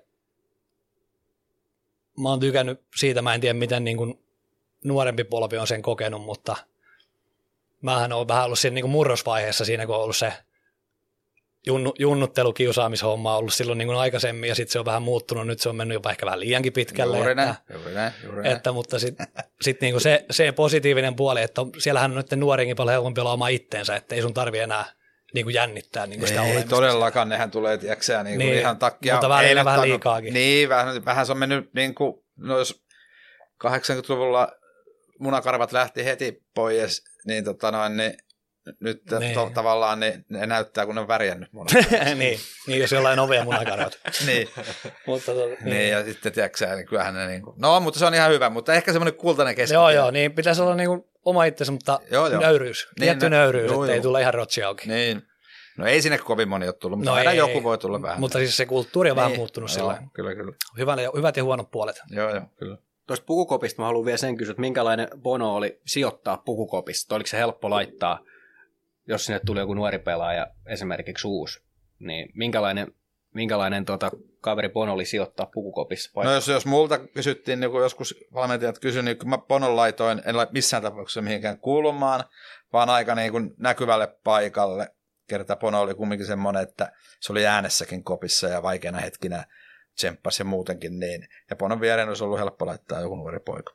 mä oon tykännyt siitä, mä en tiedä miten niinku nuorempi polvi on sen kokenut, mutta mähän oon vähän ollut siinä niinku murrosvaiheessa siinä, kun on ollut se junnuttelu, kiusaamishomma on ollut silloin niin kuin aikaisemmin ja sitten se on vähän muuttunut, nyt se on mennyt jopa ehkä vähän liiankin pitkälle. Juuri näin. Mutta sitten niin kuin se positiivinen puoli, että siellähän on nyt nuorienkin paljon helpompi olla oma itteensä, että ei sun tarvi enää niin kuin jännittää niin kuin sitä olemista. Ei todellakaan, nehän tulee tiiäksää niin ihan takia. Mutta välillä vähän liikaakin. Niin, vähän se on mennyt niin kuin, no jos 80-luvulla munakarvat lähti heti pois, niin niin nyt tavallaan ne näyttää, kun ne on värjännyt niin, jos jollain ovea munakarvat. niin. Niin, ja sitten tiedätkö niin kyllähän ne niin kuin, no, mutta se on ihan hyvä, mutta ehkä semmoinen kultainen keskitie. Joo, niin pitäisi olla niin kuin oma itsensä, mutta nöyryys, tietty nöyryys, ettei tule ihan rotsi auki. Niin. No ei sinne kovin moni ole tullut, mutta aina joku voi tulla vähän. Mutta siis se kulttuuri on vähän muuttunut sillä. Kyllä. Hyvät ja huonot puolet. Joo, kyllä. Tuosta pukukopista mä haluan vielä sen kysyä, että minkälainen Bono oli sijoittaa pukukopista? Oliko se helppo laittaa, jos sinne tuli joku nuori pelaaja, esimerkiksi uusi, niin minkälainen kaveri Bono oli sijoittaa pukukopissa? No jos multa kysyttiin, niin kun joskus valmentajat kysyivät, niin kun mä Bonon laitoin, en missään tapauksessa mihinkään kulmaan, vaan aika niin kuin näkyvälle paikalle. Kerta Bono oli kumminkin semmoinen, että se oli äänessäkin kopissa ja vaikeana hetkinä tsemppasi ja muutenkin niin. Ja Bonon viereen olisi ollut helppo laittaa joku nuori poika.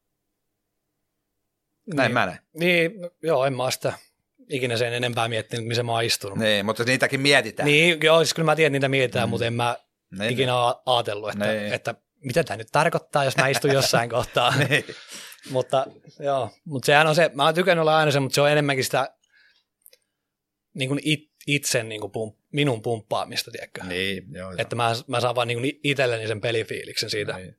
Näin mä näin. Niin, joo, en mä sitä ikinä sen enempää miettinyt, missä mä oon istunut. Niin, mutta niitäkin mietitään. Niin, joo, siis kyllä mä tiedän, että niitä mietitään, mutta en mä ikinä ajatellut, että mitä tämä nyt tarkoittaa, jos mä istun jossain kohtaa. Mutta sehän on se, mä oon tykännyt olla aina se, mutta se on enemmänkin sitä niin kuin itse niin kuin minun pumppaamista, tiedätkö? Niin, joo. Että mä saan vaan niin kuin itselleni sen pelifiiliksen siitä. Niin.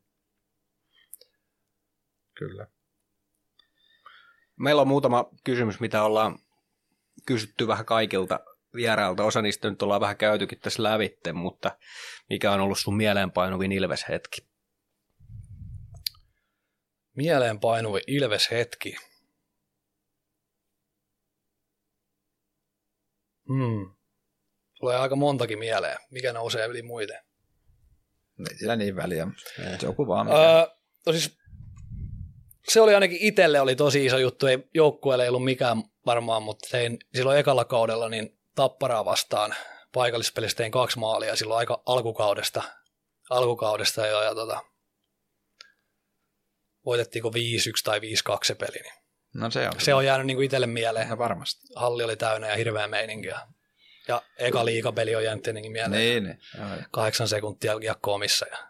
Kyllä. Meillä on muutama kysymys, mitä ollaan kysytty vähän kaikilta vierailta. Osa niistä nyt ollaan vähän käytykin tässä lävitte, mutta mikä on ollut sun mieleenpainuvin Ilves-hetki? Mieleenpainuvin Ilves-hetki? Tulee aika montakin mieleen. Mikä nousee yli muiden? Ei sillä niin väliä. Se on kuvaa. Siis, se oli ainakin itselle oli tosi iso juttu. Ei, joukkueelle ei ollut mikään varmaan, mutta tein silloin ekalla kaudella niin Tapparaa vastaan paikallispelissä tein 2 maalia silloin aika alkukaudesta jo, ja voitettiinko 5-1 tai 5-2 se peli. Niin No se on jäänyt niin kuin itselle mieleen. Ja varmasti. Halli oli täynnä ja hirveä meininki. Ja eka liigapeli on jäänyt tietenkin mieleen. Niin. 8 sekuntia kiekko omissa. Ja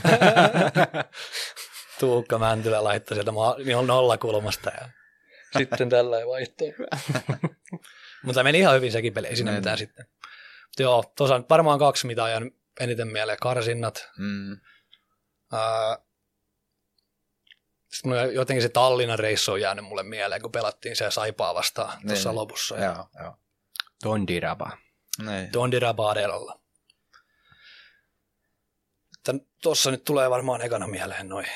Tuukka Mäntylä laittoi sieltä nollakulmasta ja sitten tällä ei vaihtoa. Mutta meni ihan hyvin sekin peli, ei siinä mitään sitten. Mutta joo, tuossa varmaan 2, mitä on jäänyt eniten mieleen. Karsinnat. Sitten jotenkin se Tallinnan reissu on jäänyt mulle mieleen, kun pelattiin se Saipaa vastaan tuossa lopussa. Joo. Tondiraba. Tondiraba Adelalla. Tuossa nyt tulee varmaan ekana mieleen noin.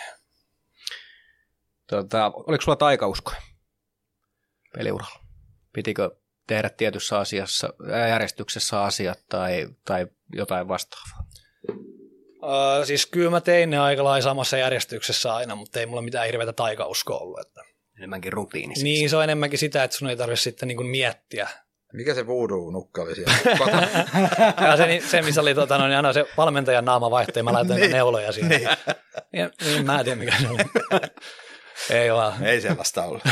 Oliko sulla taikauskoja peliuralla? Pitikö tehdä tietyssä asiassa, järjestyksessä asiat tai jotain vastaavaa? Siis kyllä mä tein ne aika lailla samassa järjestyksessä aina, mutta ei mulla mitään hirveätä taikauskoa ollut. Että. Enemmänkin rutiini. Siis. Niin, se on enemmänkin sitä, että sun ei tarvitse sitten niin kuin miettiä. Mikä se voodoo-nukka oli siellä? Ja se, missä oli niin aina se valmentajan naama vaihtui, mä laitoin neuloja siihen. Niin, mä en tiedä, mikä se oli. Ei vaan. Ei sellaista ollut.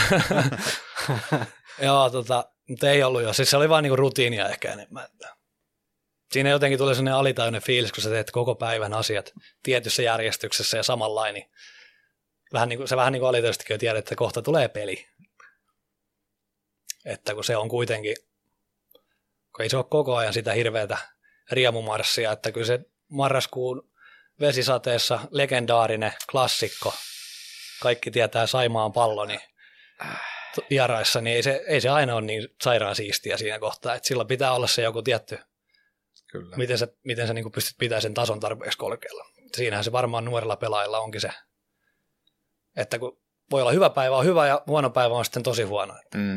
Joo, mutta ei ollut jo. Siis se oli vaan niinku rutiinia ehkä enemmän. Siinä jotenkin tulee sellainen alitajuinen fiilis, kun sä teet koko päivän asiat tietyssä järjestyksessä ja samanlain. Niin se vähän niin kuin alitajuisestikin jo tiedät, että kohta tulee peli. Että kun se on kuitenkin, kun ei se ole koko ajan sitä hirveätä riemumarssia, että kyllä se marraskuun vesisateessa legendaarinen klassikko, kaikki tietää Saimaan pallo, niin vieraissa, niin ei se aina ole niin sairaan siistiä siinä kohtaa, että sillä pitää olla se joku tietty, Kyllä. miten sä niin kuin pystyt pitämään sen tason tarpeeksi korkealla. Siinähän se varmaan nuorilla pelaajilla onkin se, että kun voi olla hyvä päivä on hyvä ja huono päivä on sitten tosi huono.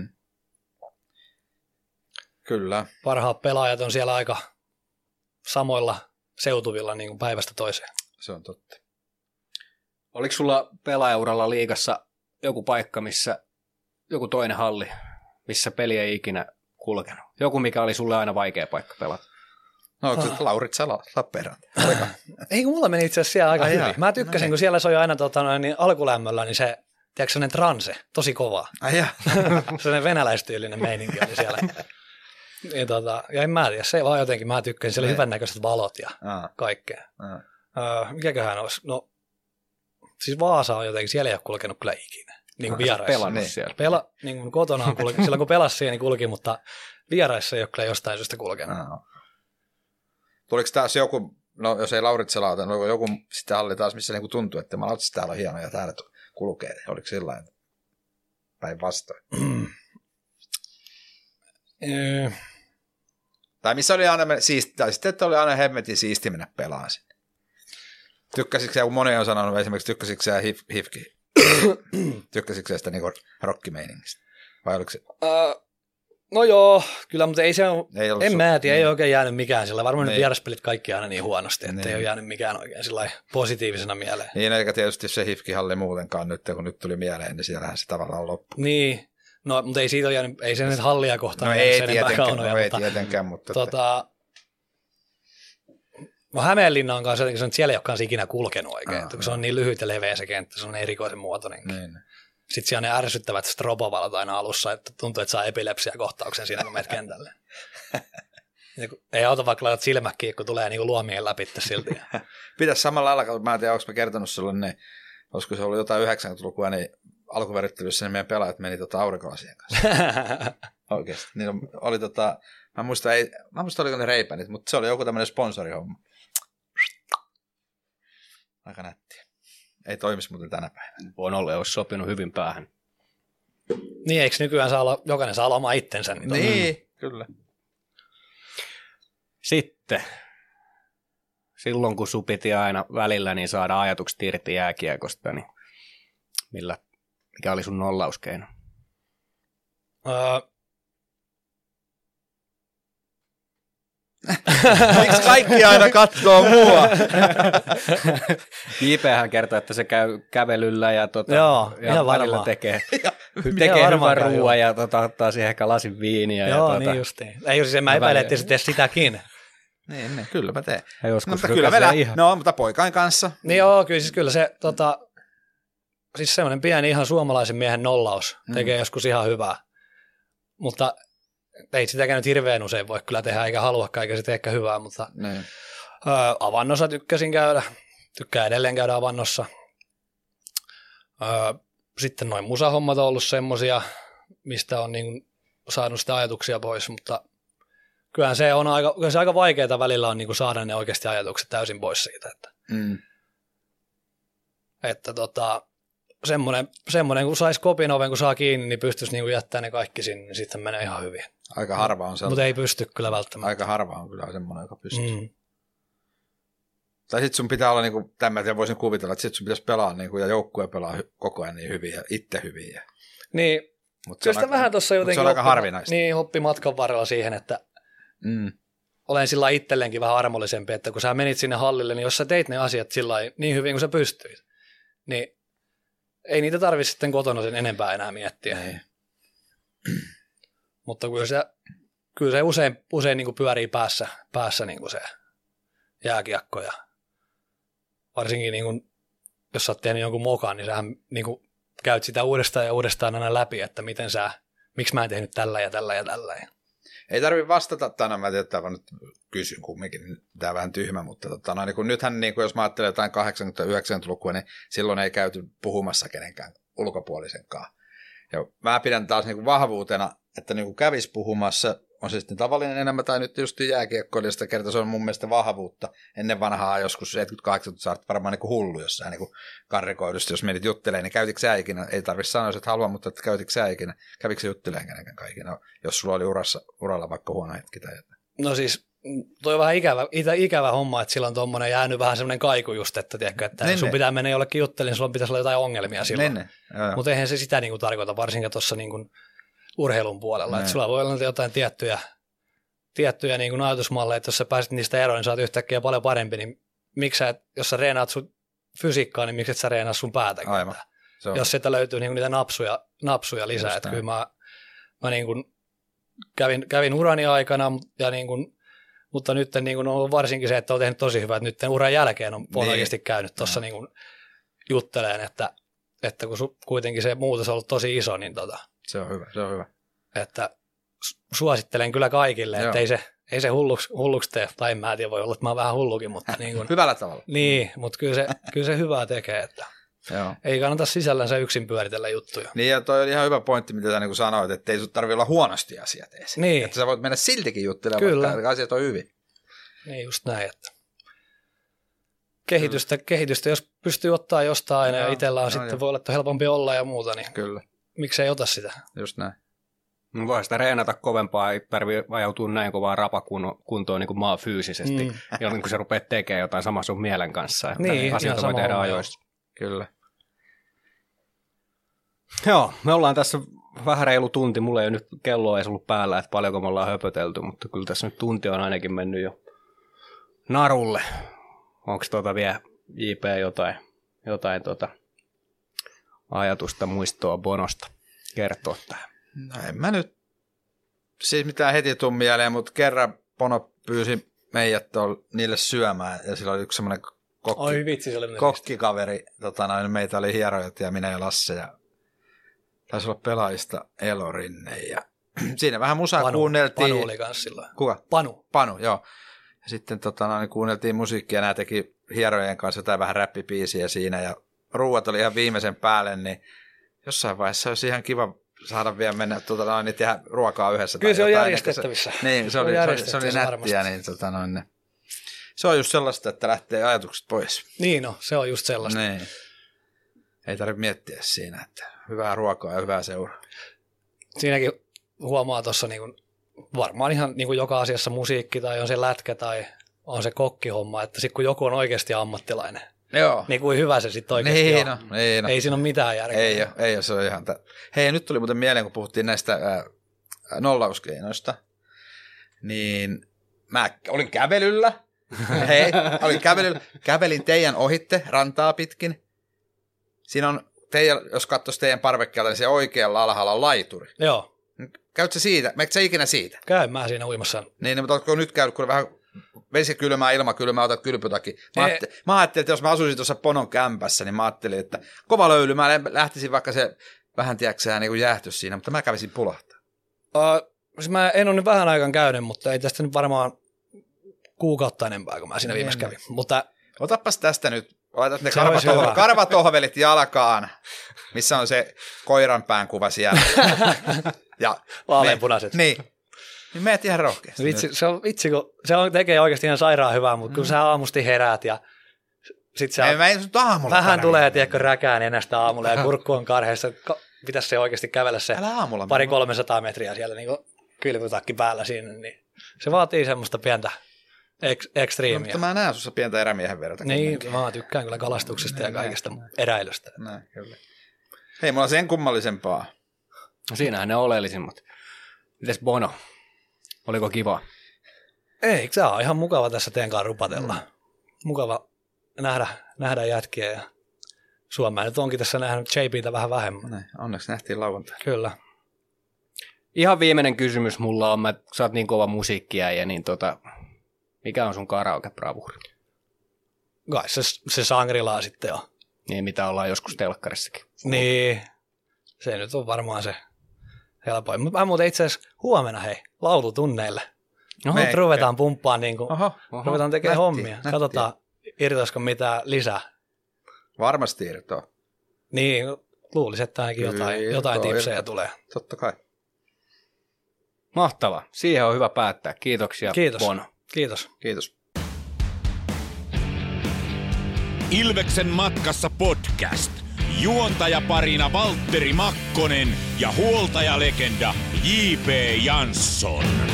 Kyllä. Parhaat pelaajat on siellä aika samoilla seutuvilla niin kuin päivästä toiseen. Se on totta. Oliko sulla pelaajauralla liigassa joku paikka, missä joku toinen halli, missä peli ei ikinä kulkenut? Joku, mikä oli sulle aina vaikea paikka pelata? No onko se Lauritsa Lappeenranta? Ei, kun mulla meni itse asiassa siellä aika hyvin. Mä tykkäsin, kun siellä soi aina niin alkulämmöllä, niin se, tiedätkö, sellainen transe, tosi kovaa. Sellainen venäläistyylinen meininki oli siellä. Ja en mä tiedä, se vaan jotenkin, mä tykkäsin. Siellä oli hyvännäköiset valot ja kaikkea. Mikäköhän olisi? No, siis Vaasa on jotenkin, siellä ei ole kulkenut kyllä ikinä. Niin kuin vieraissa. Pelannut siellä. Niin kuin kotonaan kulki, silloin kun pelasi siellä, niin kulki, mutta vieraissa ei ole kyllä jostain syystä kulkenut. Tuliko taas joku, no jos ei Lauritsala ota, no joku sitten halli taas, missä niinku tuntuu, että mä Lauritsala täällä on hieno ja täällä kulkee. Oliko sellainen päinvastoin? Tai missä oli aina siisti, tai sitten että oli aina hemmetin siisti mennä pelaamaan sinne. Tykkäsitkö sä, kun moni on sanonut, esimerkiksi tykkäsitkö sä hifki? Tykkäsitkö sä sitä niinku rockimeiningistä? Vai oliko se? No joo, kyllä, mutta ei se ole, en mä tiedä, ei oikein jäänyt mikään sillä. Varmaan nyt vieraspelit kaikki aina niin huonosti, että ei ole jäänyt mikään oikein sillä positiivisena mieleen. Niin, eikä tietysti se hifkihalli muutenkaan nyt, kun nyt tuli mieleen, niin siellähän se tavallaan loppui. Niin, no, mutta ei siitä ole jäänyt, ei se nyt hallia kohtaan. No ei tietenkään, mutta... No Hämeenlinna on kanssa jotenkin se, että siellä ei ole kanssa ikinä kulkenut oikein, kun se on niin lyhyt ja leveä se kenttä, se on erikoisen muotoinen. Niin. Sitten siellä on ne ärsyttävät strobovalat aina alussa, että tuntuu, että saa epilepsiakohtauksen siinä, kun menet kentälle. Ei auta vaikka laitat silmät kiinni, kun tulee niinku luomien läpi silti. Pitäisi samalla lailla, mä en tiedä, onko mä kertonut sulle, niin olisiko se ollut jotain 90-lukua, niin alkuvärittelyssä niin meidän pelaajat meni aurinkolasien kanssa. Oikeasti. Niin oli mä muistan oliko ne Ray-Banit, mutta se oli joku tämmöinen sponsorihomma. Aika nättiä. Ei toimisi muuten tänä päivänä. Voin olla, olisi sopinut hyvin päähän. Niin, eikö nykyään jokainen saa olla oma itsensä? Niin, kyllä. Sitten, silloin kun sun piti aina välillä niin saada ajatukset irti jääkiekosta, niin mikä oli sun nollauskeino? Miksi kaikki aina katsoo mua? JP:hän kertoo, että se käy kävelyllä ja, ja välillä tekee hyvän ruoan ja ottaa siihen ehkä lasin viiniä. Joo, niin justiin. Ei siis mä epäile, että tee sitäkin. Niin, kyllä mä teen. Mutta kyllä ihan. No, mutta poikain kanssa. Niin joo, kyllä se siis semmoinen pieni ihan suomalaisen miehen nollaus tekee joskus ihan hyvää. Mutta ei sitäkään nyt hirveän usein voi kyllä tehdä, eikä haluakaan, eikä se tee ehkä hyvää, mutta avannossa tykkäsin käydä. Tykkään edelleen käydä avannossa. Sitten noin musahommat on ollut semmosia, mistä on niin saanut sitä ajatuksia pois, mutta kyllähän se on aika vaikeaa välillä on niin saada ne oikeasti ajatukset täysin pois siitä. Että semmoinen, kun saisi kopin oven, kun saa kiinni, niin pystyisi niin jättämään ne kaikki sinne, niin sitten menee ihan hyvin. Aika harva on sellainen. Mutta ei pysty kyllä välttämättä. Aika harva on kyllä semmoinen, joka pystyy. Tai sitten sun pitää olla, niin kuin, tämän voisin kuvitella, että sitten sun pitäisi pelaa niin kuin, ja joukkue pelaa koko ajan niin hyvin ja itse hyvin. Niin, kyllä sitä vähän tuossa jotenkin se on aika harvinaista. Niin, hoppi matkan varrella siihen, että olen sillä itselleenkin vähän armollisempi, että kun sä menit sinne hallille, niin jos sä teit ne asiat sillä niin hyvin kuin sä pystyit, niin ei niitä tarvitse sitten kotona sen enempää enää miettiä. Ei. Mutta kyllä se usein niin kuin pyörii päässä niin kuin se jääkiekko. Ja varsinkin niin kuin, jos sä oot tehnyt jonkun mokan, niin sähän niin kuin käyt sitä uudestaan ja uudestaan aina läpi, että miksi mä en tehnyt tällä ja tällä ja tällä. Ei tarvitse vastata tänään, mä tiedän, että nyt kysyn kumminkin, tämä on vähän tyhmä, mutta niin kun nythän, niin kun jos mä ajattelen jotain 80-90-lukua, niin silloin ei käyty puhumassa kenenkään ulkopuolisenkaan. Ja mä pidän taas niin kuin vahvuutena, että niin kuin kävisi puhumassa, on se sitten tavallinen enemmän tai nyt just jääkiekkoilijasta kerta, se on mun mielestä vahvuutta. Ennen vanhaa joskus 78 sä olet varmaan niin kuin hullu jossain niin kuin karrikoidusti, jos menit juttelemaan, niin käytitkö sä ikinä, ei tarvitse sanoa, että haluaa, mutta että käytitkö sä ikinä, kävikö sä juttelemaan kenenkään kaikina, jos sulla oli uralla vaikka huono hetki tai jotain. No siis toi on vähän ikävä homma, että sillä on tuommoinen jäänyt vähän semmoinen kaiku just, että, tiedätkö, että sun pitää mennä jollekin juttelemaan, niin sulla pitäisi olla jotain ongelmia silloin. Mutta eihän se sitä niin kuin tarkoita, varsinkin tuossa niin kuin urheilun puolella, että sulla voi olla jotain tiettyjä niin kuin ajatusmalleja, että jos sä pääset niistä eroon, niin sä oot yhtäkkiä paljon parempi, niin miksi sä, jos sä reenaat sun fysiikkaa, niin miksi et sä reenaa sun päätäkin? Jos sieltä löytyy niin kuin niitä napsuja lisää, että kyllä mä niin kuin kävin urani aikana, ja niin kuin, mutta nyt niin kuin on varsinkin se, että on tehnyt tosi hyvää, että nyt uran jälkeen on oikeasti käynyt tuossa niin kuin jutteleen, että kun kuitenkin se muutos on ollut tosi iso, niin se on hyvä. Että suosittelen kyllä kaikille, että ei se hulluksi tee, tai en mä tiedä, voi olla, että mä oon vähän hullukin, mutta niin kuin, hyvällä tavalla. Niin, mutta kyllä se hyvää tekee, että ei kannata sisällänsä yksin pyöritellä juttuja. Niin, ja toi oli ihan hyvä pointti, mitä sä niin sanoit, että ei sun tarvitse olla huonosti asiat edes. Niin. Että sä voit mennä siltikin juttelemaan, vaikka asiat on hyvin. Niin, just näin, että kehitystä, jos pystyy ottaa jostain aina ja itsellä on sitten voi olla, että helpompi olla ja muuta, niin kyllä. Miksei ota sitä? Just näin. No voi sitä reenata kovempaa, ei tarvitse ajautua näin kovaa rapakuntoon niin kuin maa fyysisesti, jolloin kun sä rupeat tekemään jotain samaa sun mielen kanssa, että niin, asioita voi tehdä ajoissa. Kyllä. Joo, me ollaan tässä vähän reilu tunti, mulla ei nyt kelloa edes ollut päällä, että paljonko me ollaan höpötelty, mutta kyllä tässä nyt tunti on ainakin mennyt jo narulle. Onko vielä JP jotain ajatusta, muistoa Bonosta kertoa tähän? No en mä nyt siis mitään heti tuu mieleen, mutta kerran Bono pyysi meidät niille syömään ja sillä oli yksi semmoinen kokkikaveri, meitä oli hierojat ja minä ja Lasse ja taisi olla pelaajista Elorinne ja siinä vähän musaa kuunneltiin. Panu oli kans silloin. Kuka? Panu, joo. Ja sitten kuunneltiin musiikkia, nämä teki hierojen kanssa jotain vähän räppibiisiä siinä, ja ruuat oli ihan viimeisen päälle, niin jossain vaiheessa olisi ihan kiva saada vielä mennä niin tehdä ruokaa yhdessä. Kyllä se on järjestettävissä. Niin, se oli nättiä, niin se on just sellaista, että lähtee ajatukset pois. Niin no, se on just sellaista. Niin. Ei tarvitse miettiä siinä, että hyvää ruokaa ja hyvää seuraa. Siinäkin huomaa tuossa niin varmaan ihan niin kuin joka asiassa musiikki tai on se lätkä tai on se kokkihomma, että sitten kun joku on oikeasti ammattilainen, joo. niin kuin hyvä se sitten oikeasti niin on. Niin ei siinä ole mitään järkeä. Ei ole, se on ihan... Hei, nyt tuli muuten mieleen, kun puhuttiin näistä nollauskeinoista, niin mä olin kävelyllä. Hei, kävelin teidän ohitte rantaa pitkin. Siinä on, jos katsoisi teidän parvekkeelta, niin se oikealla alhaalla on laituri. Joo. Käytkö siitä? Meneekö sä ikinä siitä? Käyn mä siinä uimassa. Niin, mutta oletko nyt käynyt, kun vähän vesi kylmää, ilma kylmää, otat kylpytakin. Mä ajattelin, että jos mä asuisin tuossa Ponon kämpässä, niin mä ajattelin, että kova löyly, mä lähtisin vaikka se vähän tiedäksään niin jäähtyisi siinä, mutta mä kävisin pulahtaa. Mä en ole nyt vähän aikaan käynyt, mutta ei tästä nyt varmaan kuukautta enempää, kun mä siinä viimeksi kävin. Mutta otapas tästä nyt, laitat ne karvatohvelit jalkaan, missä on se koiranpään kuva siellä. Ja vaaleanpunaiset. Niin meet ihan rohkeasti. Vitsi, kun se tekee oikeasti ihan sairaan hyvää, mutta kun sä aamusti heräät ja sit sä vähän tulee, tiedätkö, räkään enästä aamulla ja kurkku on karheessa, pitäisi se oikeasti kävellä se 200-300 metriä siellä niin kylpytakki päällä siinä, niin se vaatii semmoista pientä ekstriimiä. No, mutta mä näen sussa pientä erämiehen verta. Niin, mä tykkään kyllä kalastuksesta ja kaikesta eräilystä. Näin, kyllä. Hei, mulla on sen kummallisempaa. No siinähän ne oleellisimmat. Mites Bono? Oliko kiva? Ei, se on ihan mukava tässä teidän kanssa rupatella. Mukava nähdä jätkiä ja Suomea. Nyt onkin tässä nähnyt JP:tä vähän vähemmän. Näin, onneksi nähtiin lauantaina. Kyllä. Ihan viimeinen kysymys mulla on, sä oot niin kova musiikkiäjä, niin mikä on sun karaoke-bravuri? Kai se Shangri-La sitten on. Niin, mitä ollaan joskus telkkarissakin. Niin, se nyt on varmaan se helpoin. Mä muuten itse asiassa huomenna, laulutunneille. Nyt ruvetaan pumppaan, niin kuin, ruvetaan tekemään hommia. Katsotaan, irtoisiko mitään lisää. Varmasti irtoaa. Niin, luulisin, että ainakin jotain tipsejä tulee. Totta kai. Mahtavaa. Siihen on hyvä päättää. Kiitoksia, Bono. Kiitos. Ilveksen matkassa podcast. Juontajaparina Valtteri Makkonen ja huoltajalegenda J.P. Jansson.